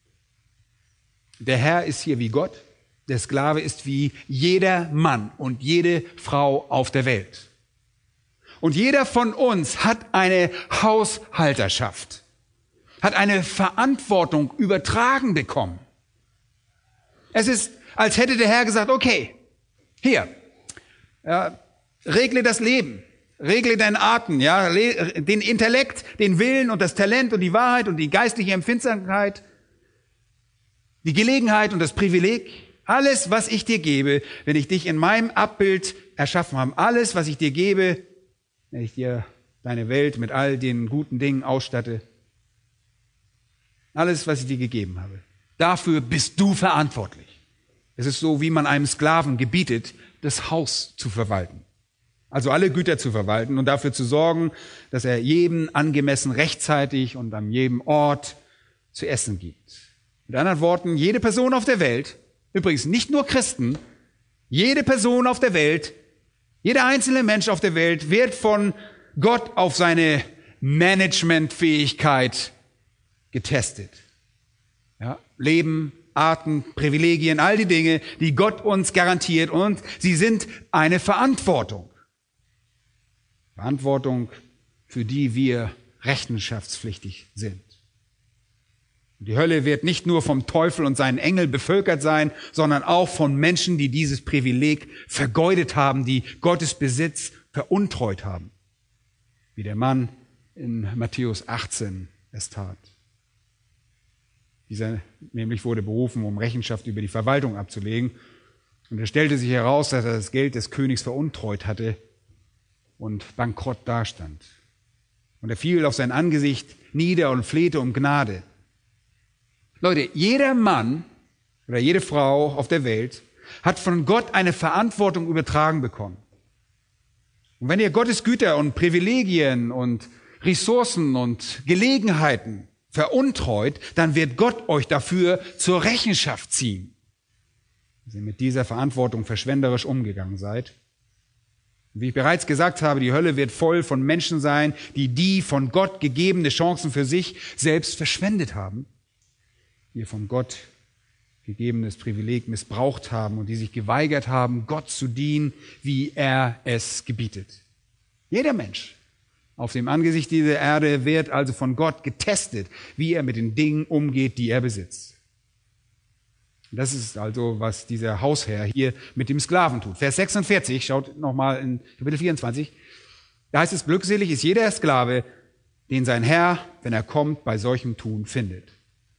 Der Herr ist hier wie Gott, der Sklave ist wie jeder Mann und jede Frau auf der Welt. Und jeder von uns hat eine Haushalterschaft, hat eine Verantwortung übertragen bekommen. Es ist, als hätte der Herr gesagt, okay, hier, ja, regle das Leben, regle deinen Atem, ja, den Intellekt, den Willen und das Talent und die Wahrheit und die geistliche Empfindsamkeit, die Gelegenheit und das Privileg, alles, was ich dir gebe, wenn ich dich in meinem Abbild erschaffen habe, alles, was ich dir gebe, wenn ich dir deine Welt mit all den guten Dingen ausstatte, alles, was ich dir gegeben habe, dafür bist du verantwortlich. Es ist so, wie man einem Sklaven gebietet, das Haus zu verwalten. Also alle Güter zu verwalten und dafür zu sorgen, dass er jedem angemessen rechtzeitig und an jedem Ort zu essen gibt. Mit anderen Worten, jede Person auf der Welt, übrigens nicht nur Christen, jede Person auf der Welt, jeder einzelne Mensch auf der Welt wird von Gott auf seine Managementfähigkeit getestet. Ja, Leben, Arten, Privilegien, all die Dinge, die Gott uns garantiert, und sie sind eine Verantwortung. Verantwortung, für die wir rechenschaftspflichtig sind. Die Hölle wird nicht nur vom Teufel und seinen Engeln bevölkert sein, sondern auch von Menschen, die dieses Privileg vergeudet haben, die Gottes Besitz veruntreut haben. Wie der Mann in Matthäus achtzehn es tat. Dieser nämlich wurde berufen, um Rechenschaft über die Verwaltung abzulegen. Und es stellte sich heraus, dass er das Geld des Königs veruntreut hatte und bankrott dastand. Und er fiel auf sein Angesicht nieder und flehte um Gnade. Leute, jeder Mann oder jede Frau auf der Welt hat von Gott eine Verantwortung übertragen bekommen. Und wenn ihr Gottes Güter und Privilegien und Ressourcen und Gelegenheiten veruntreut, dann wird Gott euch dafür zur Rechenschaft ziehen, dass ihr mit dieser Verantwortung verschwenderisch umgegangen seid. Wie ich bereits gesagt habe, die Hölle wird voll von Menschen sein, die die von Gott gegebene Chancen für sich selbst verschwendet haben, die von Gott gegebenes Privileg missbraucht haben und die sich geweigert haben, Gott zu dienen, wie er es gebietet. Jeder Mensch auf dem Angesicht dieser Erde wird also von Gott getestet, wie er mit den Dingen umgeht, die er besitzt. Das ist also, was dieser Hausherr hier mit dem Sklaven tut. Vers sechsundvierzig, schaut nochmal in Kapitel vierundzwanzig, da heißt es, glückselig ist jeder Sklave, den sein Herr, wenn er kommt, bei solchem Tun findet.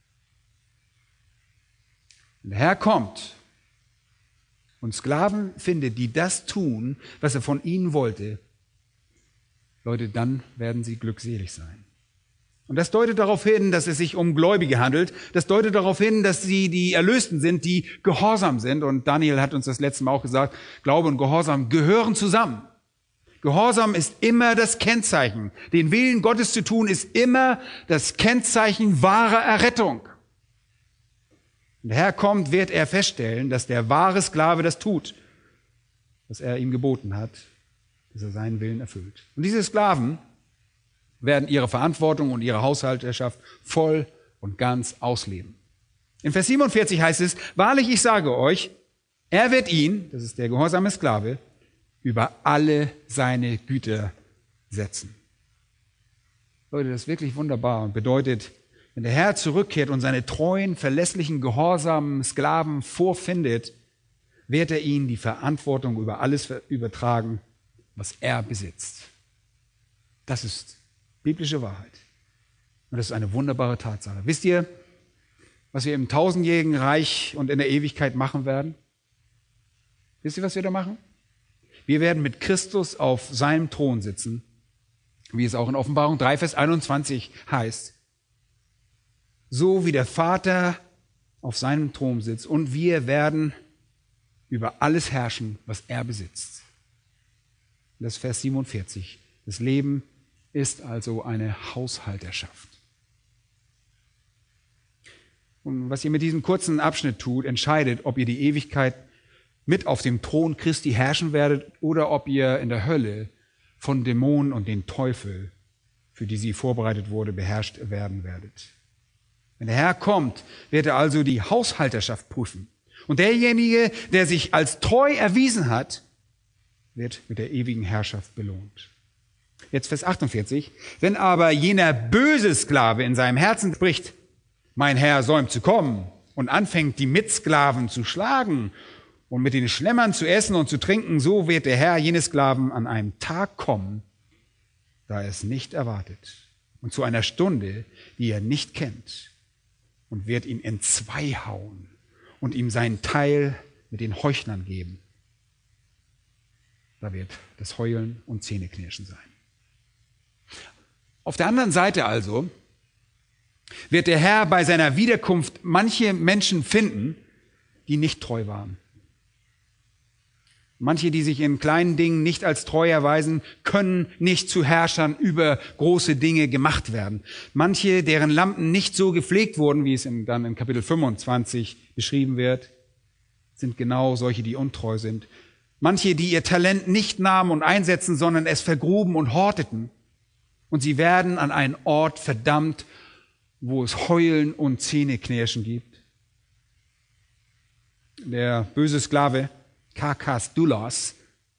Wenn der Herr kommt und Sklaven findet, die das tun, was er von ihnen wollte, Leute, dann werden sie glückselig sein. Und das deutet darauf hin, dass es sich um Gläubige handelt. Das deutet darauf hin, dass sie die Erlösten sind, die gehorsam sind. Und Daniel hat uns das letzte Mal auch gesagt, Glaube und Gehorsam gehören zusammen. Gehorsam ist immer das Kennzeichen. Den Willen Gottes zu tun ist immer das Kennzeichen wahrer Errettung. Wenn der Herr kommt, wird er feststellen, dass der wahre Sklave das tut, was er ihm geboten hat, dass er seinen Willen erfüllt. Und diese Sklaven werden ihre Verantwortung und ihre Haushalterschaft voll und ganz ausleben. In Vers siebenundvierzig heißt es, wahrlich, ich sage euch, er wird ihn, das ist der gehorsame Sklave, über alle seine Güter setzen. Leute, das ist wirklich wunderbar und bedeutet, wenn der Herr zurückkehrt und seine treuen, verlässlichen, gehorsamen Sklaven vorfindet, wird er ihnen die Verantwortung über alles übertragen, was er besitzt. Das ist biblische Wahrheit. Und das ist eine wunderbare Tatsache. Wisst ihr, was wir im tausendjährigen Reich und in der Ewigkeit machen werden? Wisst ihr, was wir da machen? Wir werden mit Christus auf seinem Thron sitzen, wie es auch in Offenbarung drei, Vers einundzwanzig heißt. So wie der Vater auf seinem Thron sitzt und wir werden über alles herrschen, was er besitzt. Das ist Vers siebenundvierzig. Das Leben ist also eine Haushalterschaft. Und was ihr mit diesem kurzen Abschnitt tut, entscheidet, ob ihr die Ewigkeit mit auf dem Thron Christi herrschen werdet oder ob ihr in der Hölle von Dämonen und den Teufel, für die sie vorbereitet wurde, beherrscht werden werdet. Wenn der Herr kommt, wird er also die Haushalterschaft prüfen. Und derjenige, der sich als treu erwiesen hat, wird mit der ewigen Herrschaft belohnt. Jetzt Vers achtundvierzig. Wenn aber jener böse Sklave in seinem Herzen spricht, mein Herr säumt zu kommen, und anfängt, die Mitsklaven zu schlagen und mit den Schlemmern zu essen und zu trinken, so wird der Herr jenes Sklaven an einem Tag kommen, da er es nicht erwartet, und zu einer Stunde, die er nicht kennt, und wird ihn entzwei hauen und ihm seinen Teil mit den Heuchlern geben. Da wird das Heulen und Zähneknirschen sein. Auf der anderen Seite also wird der Herr bei seiner Wiederkunft manche Menschen finden, die nicht treu waren. Manche, die sich in kleinen Dingen nicht als treu erweisen, können nicht zu Herrschern über große Dinge gemacht werden. Manche, deren Lampen nicht so gepflegt wurden, wie es in, dann in Kapitel fünfundzwanzig beschrieben wird, sind genau solche, die untreu sind. Manche, die ihr Talent nicht nahmen und einsetzen, sondern es vergruben und horteten. Und sie werden an einen Ort verdammt, wo es Heulen und Zähneknirschen gibt. Der böse Sklave, Kakas Doulos,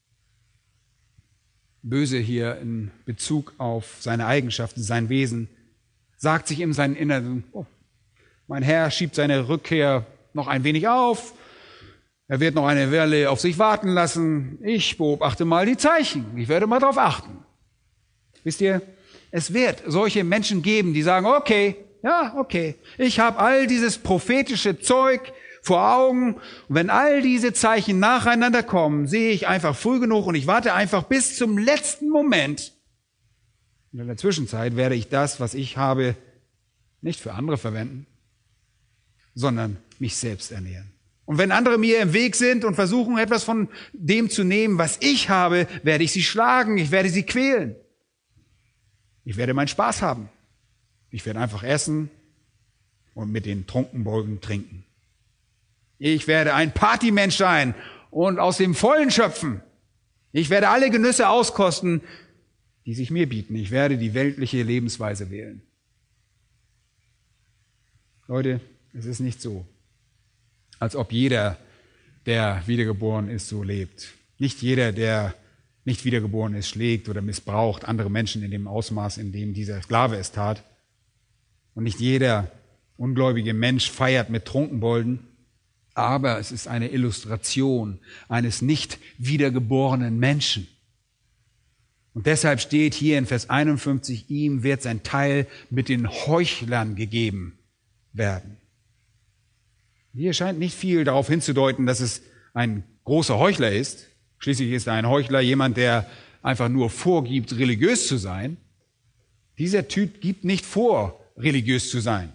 böse hier in Bezug auf seine Eigenschaften, sein Wesen, sagt sich in seinem Inneren, oh, mein Herr schiebt seine Rückkehr noch ein wenig auf, er wird noch eine Weile auf sich warten lassen, ich beobachte mal die Zeichen, ich werde mal darauf achten. Wisst ihr, es wird solche Menschen geben, die sagen, okay, ja, okay, ich habe all dieses prophetische Zeug vor Augen. Und wenn all diese Zeichen nacheinander kommen, sehe ich einfach früh genug und ich warte einfach bis zum letzten Moment. Und in der Zwischenzeit werde ich das, was ich habe, nicht für andere verwenden, sondern mich selbst ernähren. Und wenn andere mir im Weg sind und versuchen, etwas von dem zu nehmen, was ich habe, werde ich sie schlagen, ich werde sie quälen. Ich werde meinen Spaß haben. Ich werde einfach essen und mit den Trunkenbolden trinken. Ich werde ein Partymensch sein und aus dem Vollen schöpfen. Ich werde alle Genüsse auskosten, die sich mir bieten. Ich werde die weltliche Lebensweise wählen. Leute, es ist nicht so, als ob jeder, der wiedergeboren ist, so lebt. Nicht jeder, der nicht wiedergeboren ist, schlägt oder missbraucht andere Menschen in dem Ausmaß, in dem dieser Sklave es tat. Und nicht jeder ungläubige Mensch feiert mit Trunkenbolden. Aber es ist eine Illustration eines nicht wiedergeborenen Menschen. Und deshalb steht hier in Vers einundfünfzig, ihm wird sein Teil mit den Heuchlern gegeben werden. Hier scheint nicht viel darauf hinzudeuten, dass es ein großer Heuchler ist. Schließlich ist ein Heuchler jemand, der einfach nur vorgibt, religiös zu sein. Dieser Typ gibt nicht vor, religiös zu sein.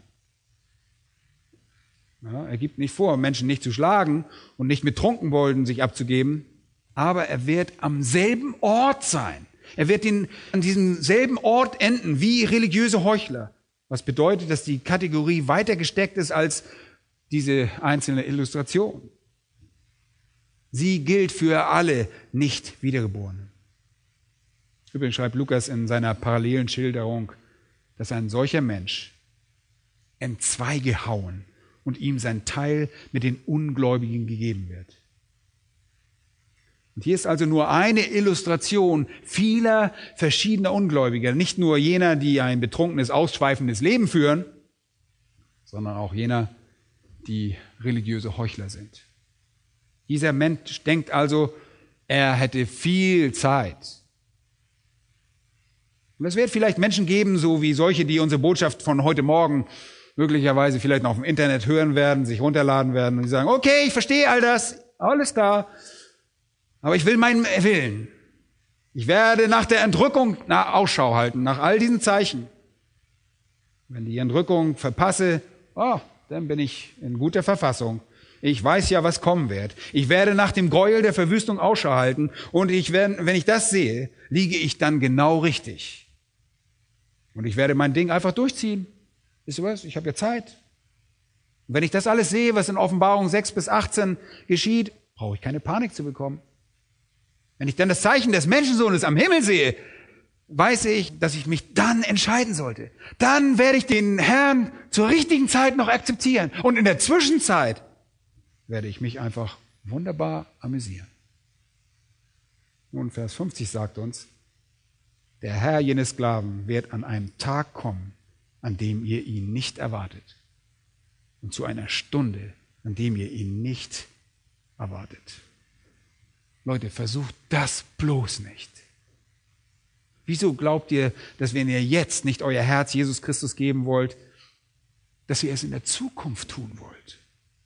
Ja, er gibt nicht vor, Menschen nicht zu schlagen und nicht mit Trunkenbolden sich abzugeben, aber er wird am selben Ort sein. Er wird in, an diesem selben Ort enden wie religiöse Heuchler. Was bedeutet, dass die Kategorie weiter gesteckt ist als diese einzelne Illustration. Sie gilt für alle Nicht-Wiedergeborenen. Übrigens schreibt Lukas in seiner parallelen Schilderung, dass ein solcher Mensch entzweigehauen und ihm sein Teil mit den Ungläubigen gegeben wird. Und hier ist also nur eine Illustration vieler verschiedener Ungläubiger. Nicht nur jener, die ein betrunkenes, ausschweifendes Leben führen, sondern auch jener, die religiöse Heuchler sind. Dieser Mensch denkt also, er hätte viel Zeit. Und es wird vielleicht Menschen geben, so wie solche, die unsere Botschaft von heute Morgen möglicherweise vielleicht noch auf dem Internet hören werden, sich runterladen werden und die sagen, okay, ich verstehe all das, alles da, aber ich will meinen Willen. Ich werde nach der Entrückung nach Ausschau halten, nach all diesen Zeichen. Wenn die Entrückung verpasse, oh, dann bin ich in guter Verfassung. Ich weiß ja, was kommen wird. Ich werde nach dem Gräuel der Verwüstung Ausschau halten und ich werde, wenn ich das sehe, liege ich dann genau richtig. Und ich werde mein Ding einfach durchziehen. Wisst ihr was? Ich habe ja Zeit. Und wenn ich das alles sehe, was in Offenbarung sechs bis achtzehn geschieht, brauche ich keine Panik zu bekommen. Wenn ich dann das Zeichen des Menschensohnes am Himmel sehe, weiß ich, dass ich mich dann entscheiden sollte. Dann werde ich den Herrn zur richtigen Zeit noch akzeptieren. Und in der Zwischenzeit werde ich mich einfach wunderbar amüsieren. Nun, Vers fünfzig sagt uns, der Herr jenes Sklaven wird an einem Tag kommen, an dem ihr ihn nicht erwartet. Und zu einer Stunde, an dem ihr ihn nicht erwartet. Leute, versucht das bloß nicht. Wieso glaubt ihr, dass wenn ihr jetzt nicht euer Herz Jesus Christus geben wollt, dass ihr es in der Zukunft tun wollt?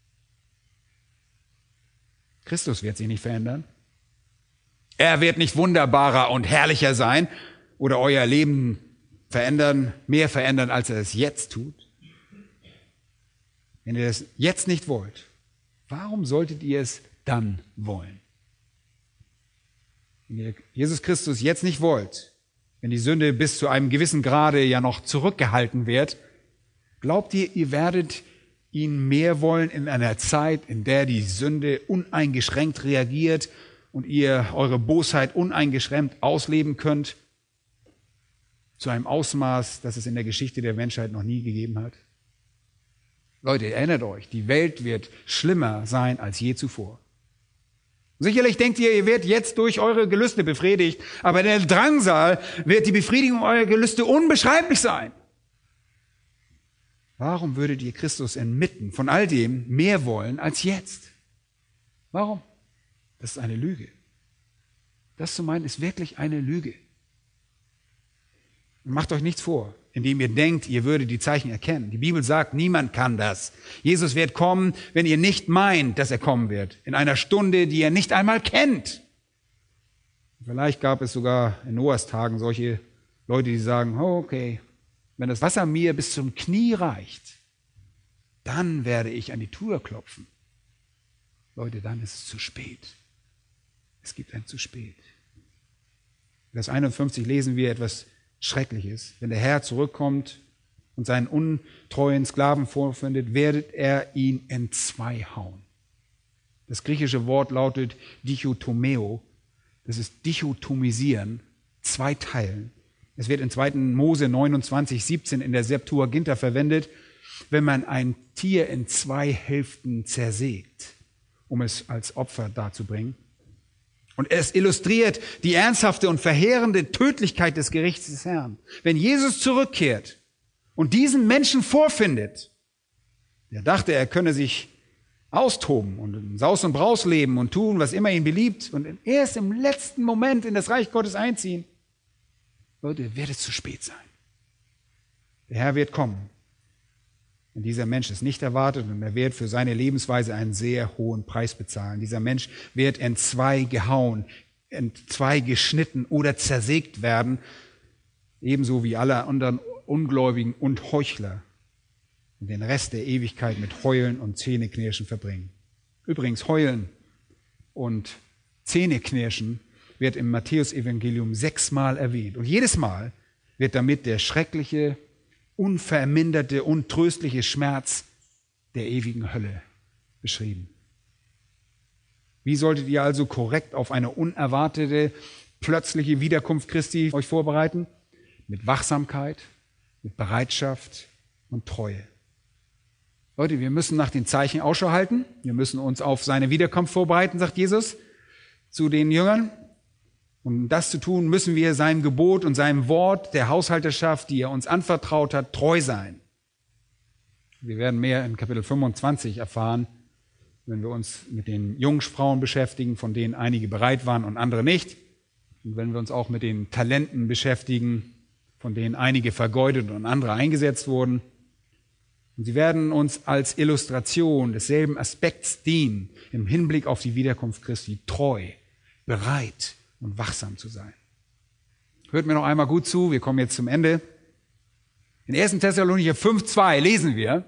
Christus wird sich nicht verändern. Er wird nicht wunderbarer und herrlicher sein oder euer Leben verändern, mehr verändern, als er es jetzt tut. Wenn ihr das jetzt nicht wollt, warum solltet ihr es dann wollen? Wenn ihr Jesus Christus jetzt nicht wollt, wenn die Sünde bis zu einem gewissen Grade ja noch zurückgehalten wird, glaubt ihr, ihr werdet ihn mehr wollen in einer Zeit, in der die Sünde uneingeschränkt reagiert und ihr eure Bosheit uneingeschränkt ausleben könnt, zu einem Ausmaß, das es in der Geschichte der Menschheit noch nie gegeben hat? Leute, erinnert euch, die Welt wird schlimmer sein als je zuvor. Sicherlich denkt ihr, ihr werdet jetzt durch eure Gelüste befriedigt, aber der Drangsal wird die Befriedigung eurer Gelüste unbeschreiblich sein. Warum würdet ihr Christus inmitten von all dem mehr wollen als jetzt? Warum? Das ist eine Lüge. Das zu meinen, ist wirklich eine Lüge. Macht euch nichts vor, indem ihr denkt, ihr würdet die Zeichen erkennen. Die Bibel sagt, niemand kann das. Jesus wird kommen, wenn ihr nicht meint, dass er kommen wird. In einer Stunde, die ihr nicht einmal kennt. Vielleicht gab es sogar in Noahs Tagen solche Leute, die sagen, oh, okay, wenn das Wasser mir bis zum Knie reicht, dann werde ich an die Tür klopfen. Leute, dann ist es zu spät. Es gibt ein zu spät. Vers einundfünfzig lesen wir etwas Schreckliches. Wenn der Herr zurückkommt und seinen untreuen Sklaven vorfindet, werdet er ihn entzwei hauen. Das griechische Wort lautet dichotomeo. Das ist dichotomisieren, zwei Teilen. Es wird in zweiten Mose neunundzwanzig, siebzehn in der Septuaginta verwendet, wenn man ein Tier in zwei Hälften zersägt, um es als Opfer darzubringen. Und es illustriert die ernsthafte und verheerende Tödlichkeit des Gerichts des Herrn. Wenn Jesus zurückkehrt und diesen Menschen vorfindet, der dachte, er könne sich austoben und in Saus und Braus leben und tun, was immer ihn beliebt und erst im letzten Moment in das Reich Gottes einziehen, Leute, wird es zu spät sein. Der Herr wird kommen. Und dieser Mensch ist nicht erwartet und er wird für seine Lebensweise einen sehr hohen Preis bezahlen. Dieser Mensch wird entzwei gehauen, entzwei geschnitten oder zersägt werden, ebenso wie alle anderen Ungläubigen und Heuchler und den Rest der Ewigkeit mit Heulen und Zähneknirschen verbringen. Übrigens, Heulen und Zähneknirschen wird im Matthäus-Evangelium sechsmal erwähnt. Und jedes Mal wird damit der schreckliche, unverminderte, untröstliche Schmerz der ewigen Hölle beschrieben. Wie solltet ihr also korrekt auf eine unerwartete, plötzliche Wiederkunft Christi euch vorbereiten? Mit Wachsamkeit, mit Bereitschaft und Treue. Leute, wir müssen nach den Zeichen Ausschau halten. Wir müssen uns auf seine Wiederkunft vorbereiten, sagt Jesus zu den Jüngern. Um das zu tun, müssen wir seinem Gebot und seinem Wort der Haushalterschaft, die er uns anvertraut hat, treu sein. Wir werden mehr in Kapitel fünfundzwanzig erfahren, wenn wir uns mit den Jungfrauen beschäftigen, von denen einige bereit waren und andere nicht. Und wenn wir uns auch mit den Talenten beschäftigen, von denen einige vergeudet und andere eingesetzt wurden. Und sie werden uns als Illustration desselben Aspekts dienen, im Hinblick auf die Wiederkunft Christi, treu, bereit und wachsam zu sein. Hört mir noch einmal gut zu, wir kommen jetzt zum Ende. In ersten Thessalonicher fünf, zwei lesen wir,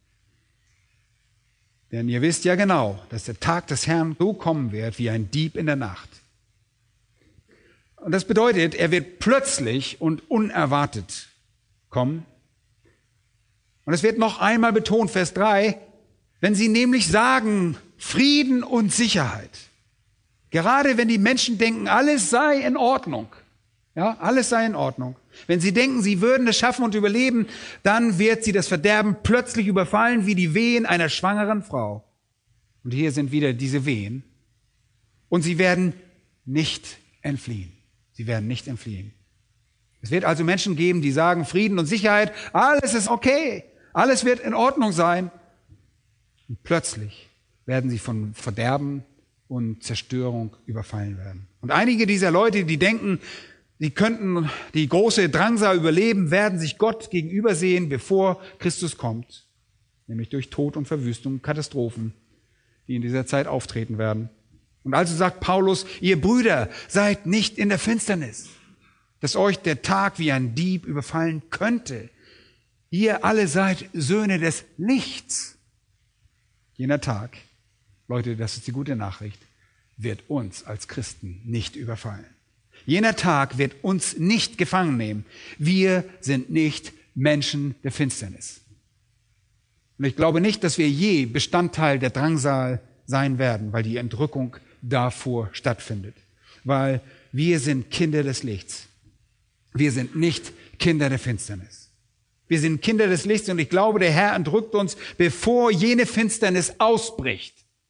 denn ihr wisst ja genau, dass der Tag des Herrn so kommen wird wie ein Dieb in der Nacht. Und das bedeutet, er wird plötzlich und unerwartet kommen. Und es wird noch einmal betont, Vers drei, wenn sie nämlich sagen, Frieden und Sicherheit. Gerade wenn die Menschen denken, alles sei in Ordnung. Ja, alles sei in Ordnung. Wenn sie denken, sie würden es schaffen und überleben, dann wird sie das Verderben plötzlich überfallen wie die Wehen einer schwangeren Frau. Und hier sind wieder diese Wehen. Und sie werden nicht entfliehen. Sie werden nicht entfliehen. Es wird also Menschen geben, die sagen, Frieden und Sicherheit, alles ist okay. Alles wird in Ordnung sein. Und plötzlich werden sie von Verderben und Zerstörung überfallen werden. Und einige dieser Leute, die denken, sie könnten die große Drangsal überleben, werden sich Gott gegenübersehen, bevor Christus kommt. Nämlich durch Tod und Verwüstung, Katastrophen, die in dieser Zeit auftreten werden. Und also sagt Paulus, ihr Brüder, seid nicht in der Finsternis, dass euch der Tag wie ein Dieb überfallen könnte. Ihr alle seid Söhne des Lichts. Jener Tag, Leute, das ist die gute Nachricht, wird uns als Christen nicht überfallen. Jener Tag wird uns nicht gefangen nehmen. Wir sind nicht Menschen der Finsternis. Und ich glaube nicht, dass wir je Bestandteil der Drangsal sein werden, weil die Entrückung davor stattfindet. Weil wir sind Kinder des Lichts. Wir sind nicht Kinder der Finsternis. Wir sind Kinder des Lichts und ich glaube, der Herr entrückt uns, bevor jene Finsternis ausbricht.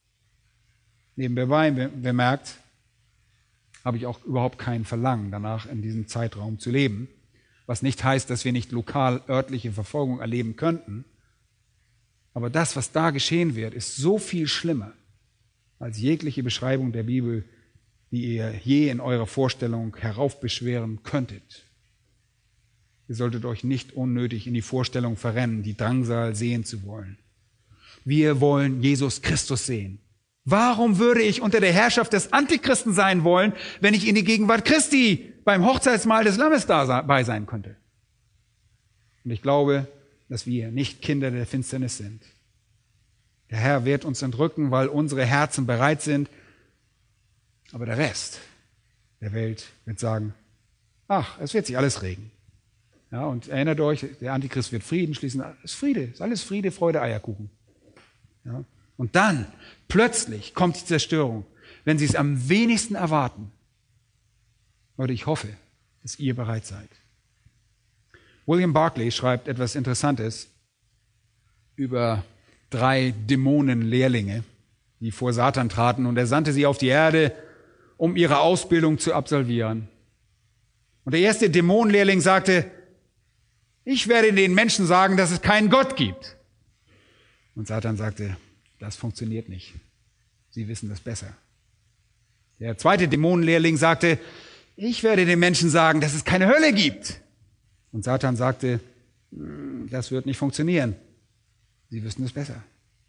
Nebenbei bemerkt, habe ich auch überhaupt kein Verlangen danach, in diesem Zeitraum zu leben. Was nicht heißt, dass wir nicht lokal örtliche Verfolgung erleben könnten. Aber das, was da geschehen wird, ist so viel schlimmer als jegliche Beschreibung der Bibel, die ihr je in eurer Vorstellung heraufbeschweren könntet. Ihr solltet euch nicht unnötig in die Vorstellung verrennen, die Drangsal sehen zu wollen. Wir wollen Jesus Christus sehen. Warum würde ich unter der Herrschaft des Antichristen sein wollen, wenn ich in die Gegenwart Christi beim Hochzeitsmahl des Lammes dabei sein könnte? Und ich glaube, dass wir nicht Kinder der Finsternis sind. Der Herr wird uns entrücken, weil unsere Herzen bereit sind. Aber der Rest der Welt wird sagen, ach, es wird sich alles regen. Ja, und erinnert euch, der Antichrist wird Frieden schließen. Es ist Friede, es ist alles Friede, Freude, Eierkuchen. Ja, und dann, plötzlich, kommt die Zerstörung, wenn sie es am wenigsten erwarten. Leute, ich hoffe, dass ihr bereit seid. William Barclay schreibt etwas Interessantes über drei Dämonenlehrlinge, die vor Satan traten, und er sandte sie auf die Erde, um ihre Ausbildung zu absolvieren. Und der erste Dämonenlehrling sagte, ich werde den Menschen sagen, dass es keinen Gott gibt. Und Satan sagte, das funktioniert nicht. Sie wissen das besser. Der zweite Dämonenlehrling sagte, ich werde den Menschen sagen, dass es keine Hölle gibt. Und Satan sagte, das wird nicht funktionieren. Sie wissen es besser.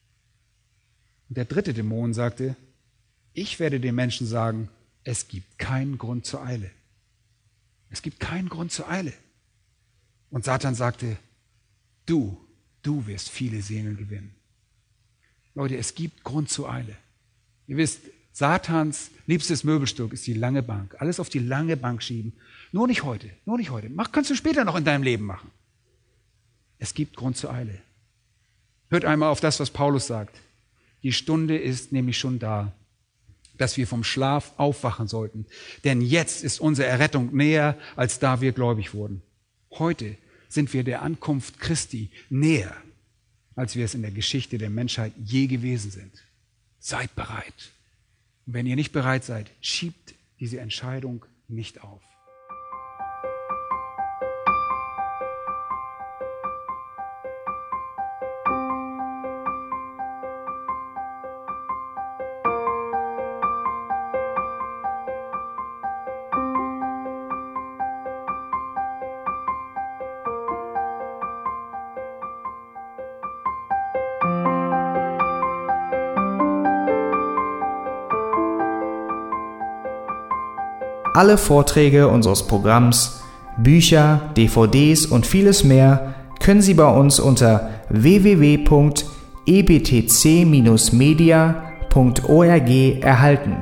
Und der dritte Dämon sagte, ich werde den Menschen sagen, es gibt keinen Grund zur Eile. Es gibt keinen Grund zur Eile. Und Satan sagte, du, du wirst viele Seelen gewinnen. Leute, es gibt Grund zur Eile. Ihr wisst, Satans liebstes Möbelstück ist die lange Bank. Alles auf die lange Bank schieben. Nur nicht heute, nur nicht heute. Mach, kannst du später noch in deinem Leben machen. Es gibt Grund zur Eile. Hört einmal auf das, was Paulus sagt. Die Stunde ist nämlich schon da, dass wir vom Schlaf aufwachen sollten. Denn jetzt ist unsere Errettung näher, als da wir gläubig wurden. Heute sind wir der Ankunft Christi näher, als wir es in der Geschichte der Menschheit je gewesen sind. Seid bereit. Und wenn ihr nicht bereit seid, schiebt diese Entscheidung nicht auf. Alle Vorträge unseres Programms, Bücher, D V Ds und vieles mehr können Sie bei uns unter w w w punkt e b t c Bindestrich media punkt org erhalten.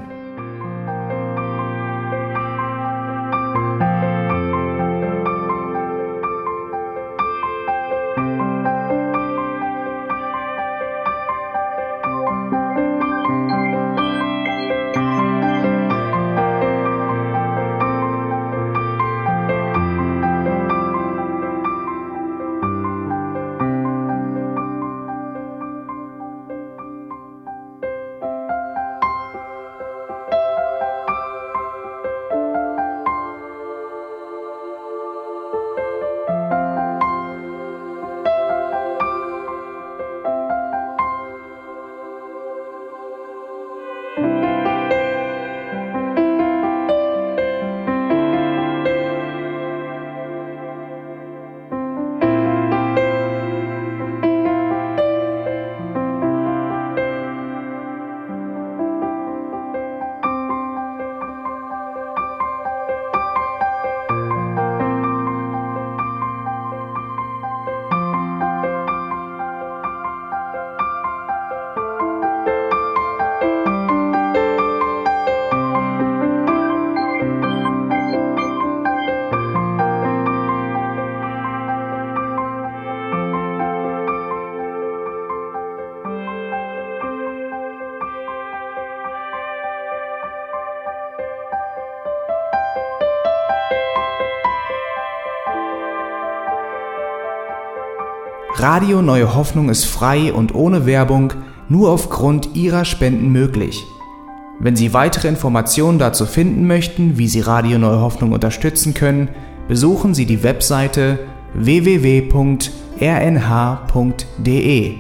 Radio Neue Hoffnung ist frei und ohne Werbung nur aufgrund Ihrer Spenden möglich. Wenn Sie weitere Informationen dazu finden möchten, wie Sie Radio Neue Hoffnung unterstützen können, besuchen Sie die Webseite w w w punkt r n h punkt d e.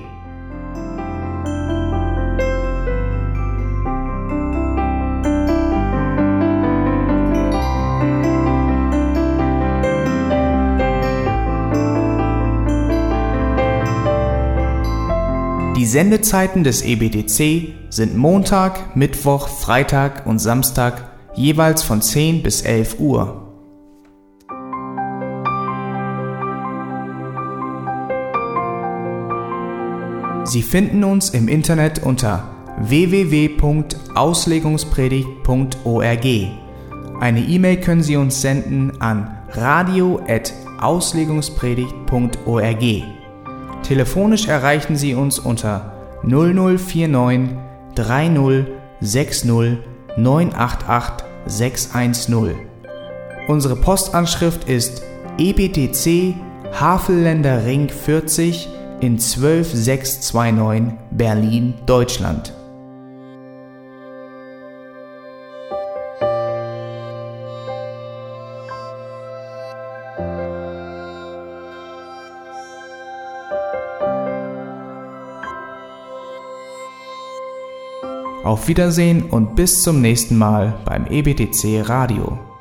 Die Sendezeiten des E B T C sind Montag, Mittwoch, Freitag und Samstag jeweils von zehn bis elf Uhr. Sie finden uns im Internet unter w w w punkt auslegungspredigt punkt org. Eine E-Mail können Sie uns senden an radio at auslegungspredigt punkt org. Telefonisch erreichen Sie uns unter null null vier neun drei null sechs null neun acht acht sechs eins null. Unsere Postanschrift ist E B T C Havelländer Ring vierzig in zwölf sechs zwei neun Berlin, Deutschland. Auf Wiedersehen und bis zum nächsten Mal beim E B T C Radio.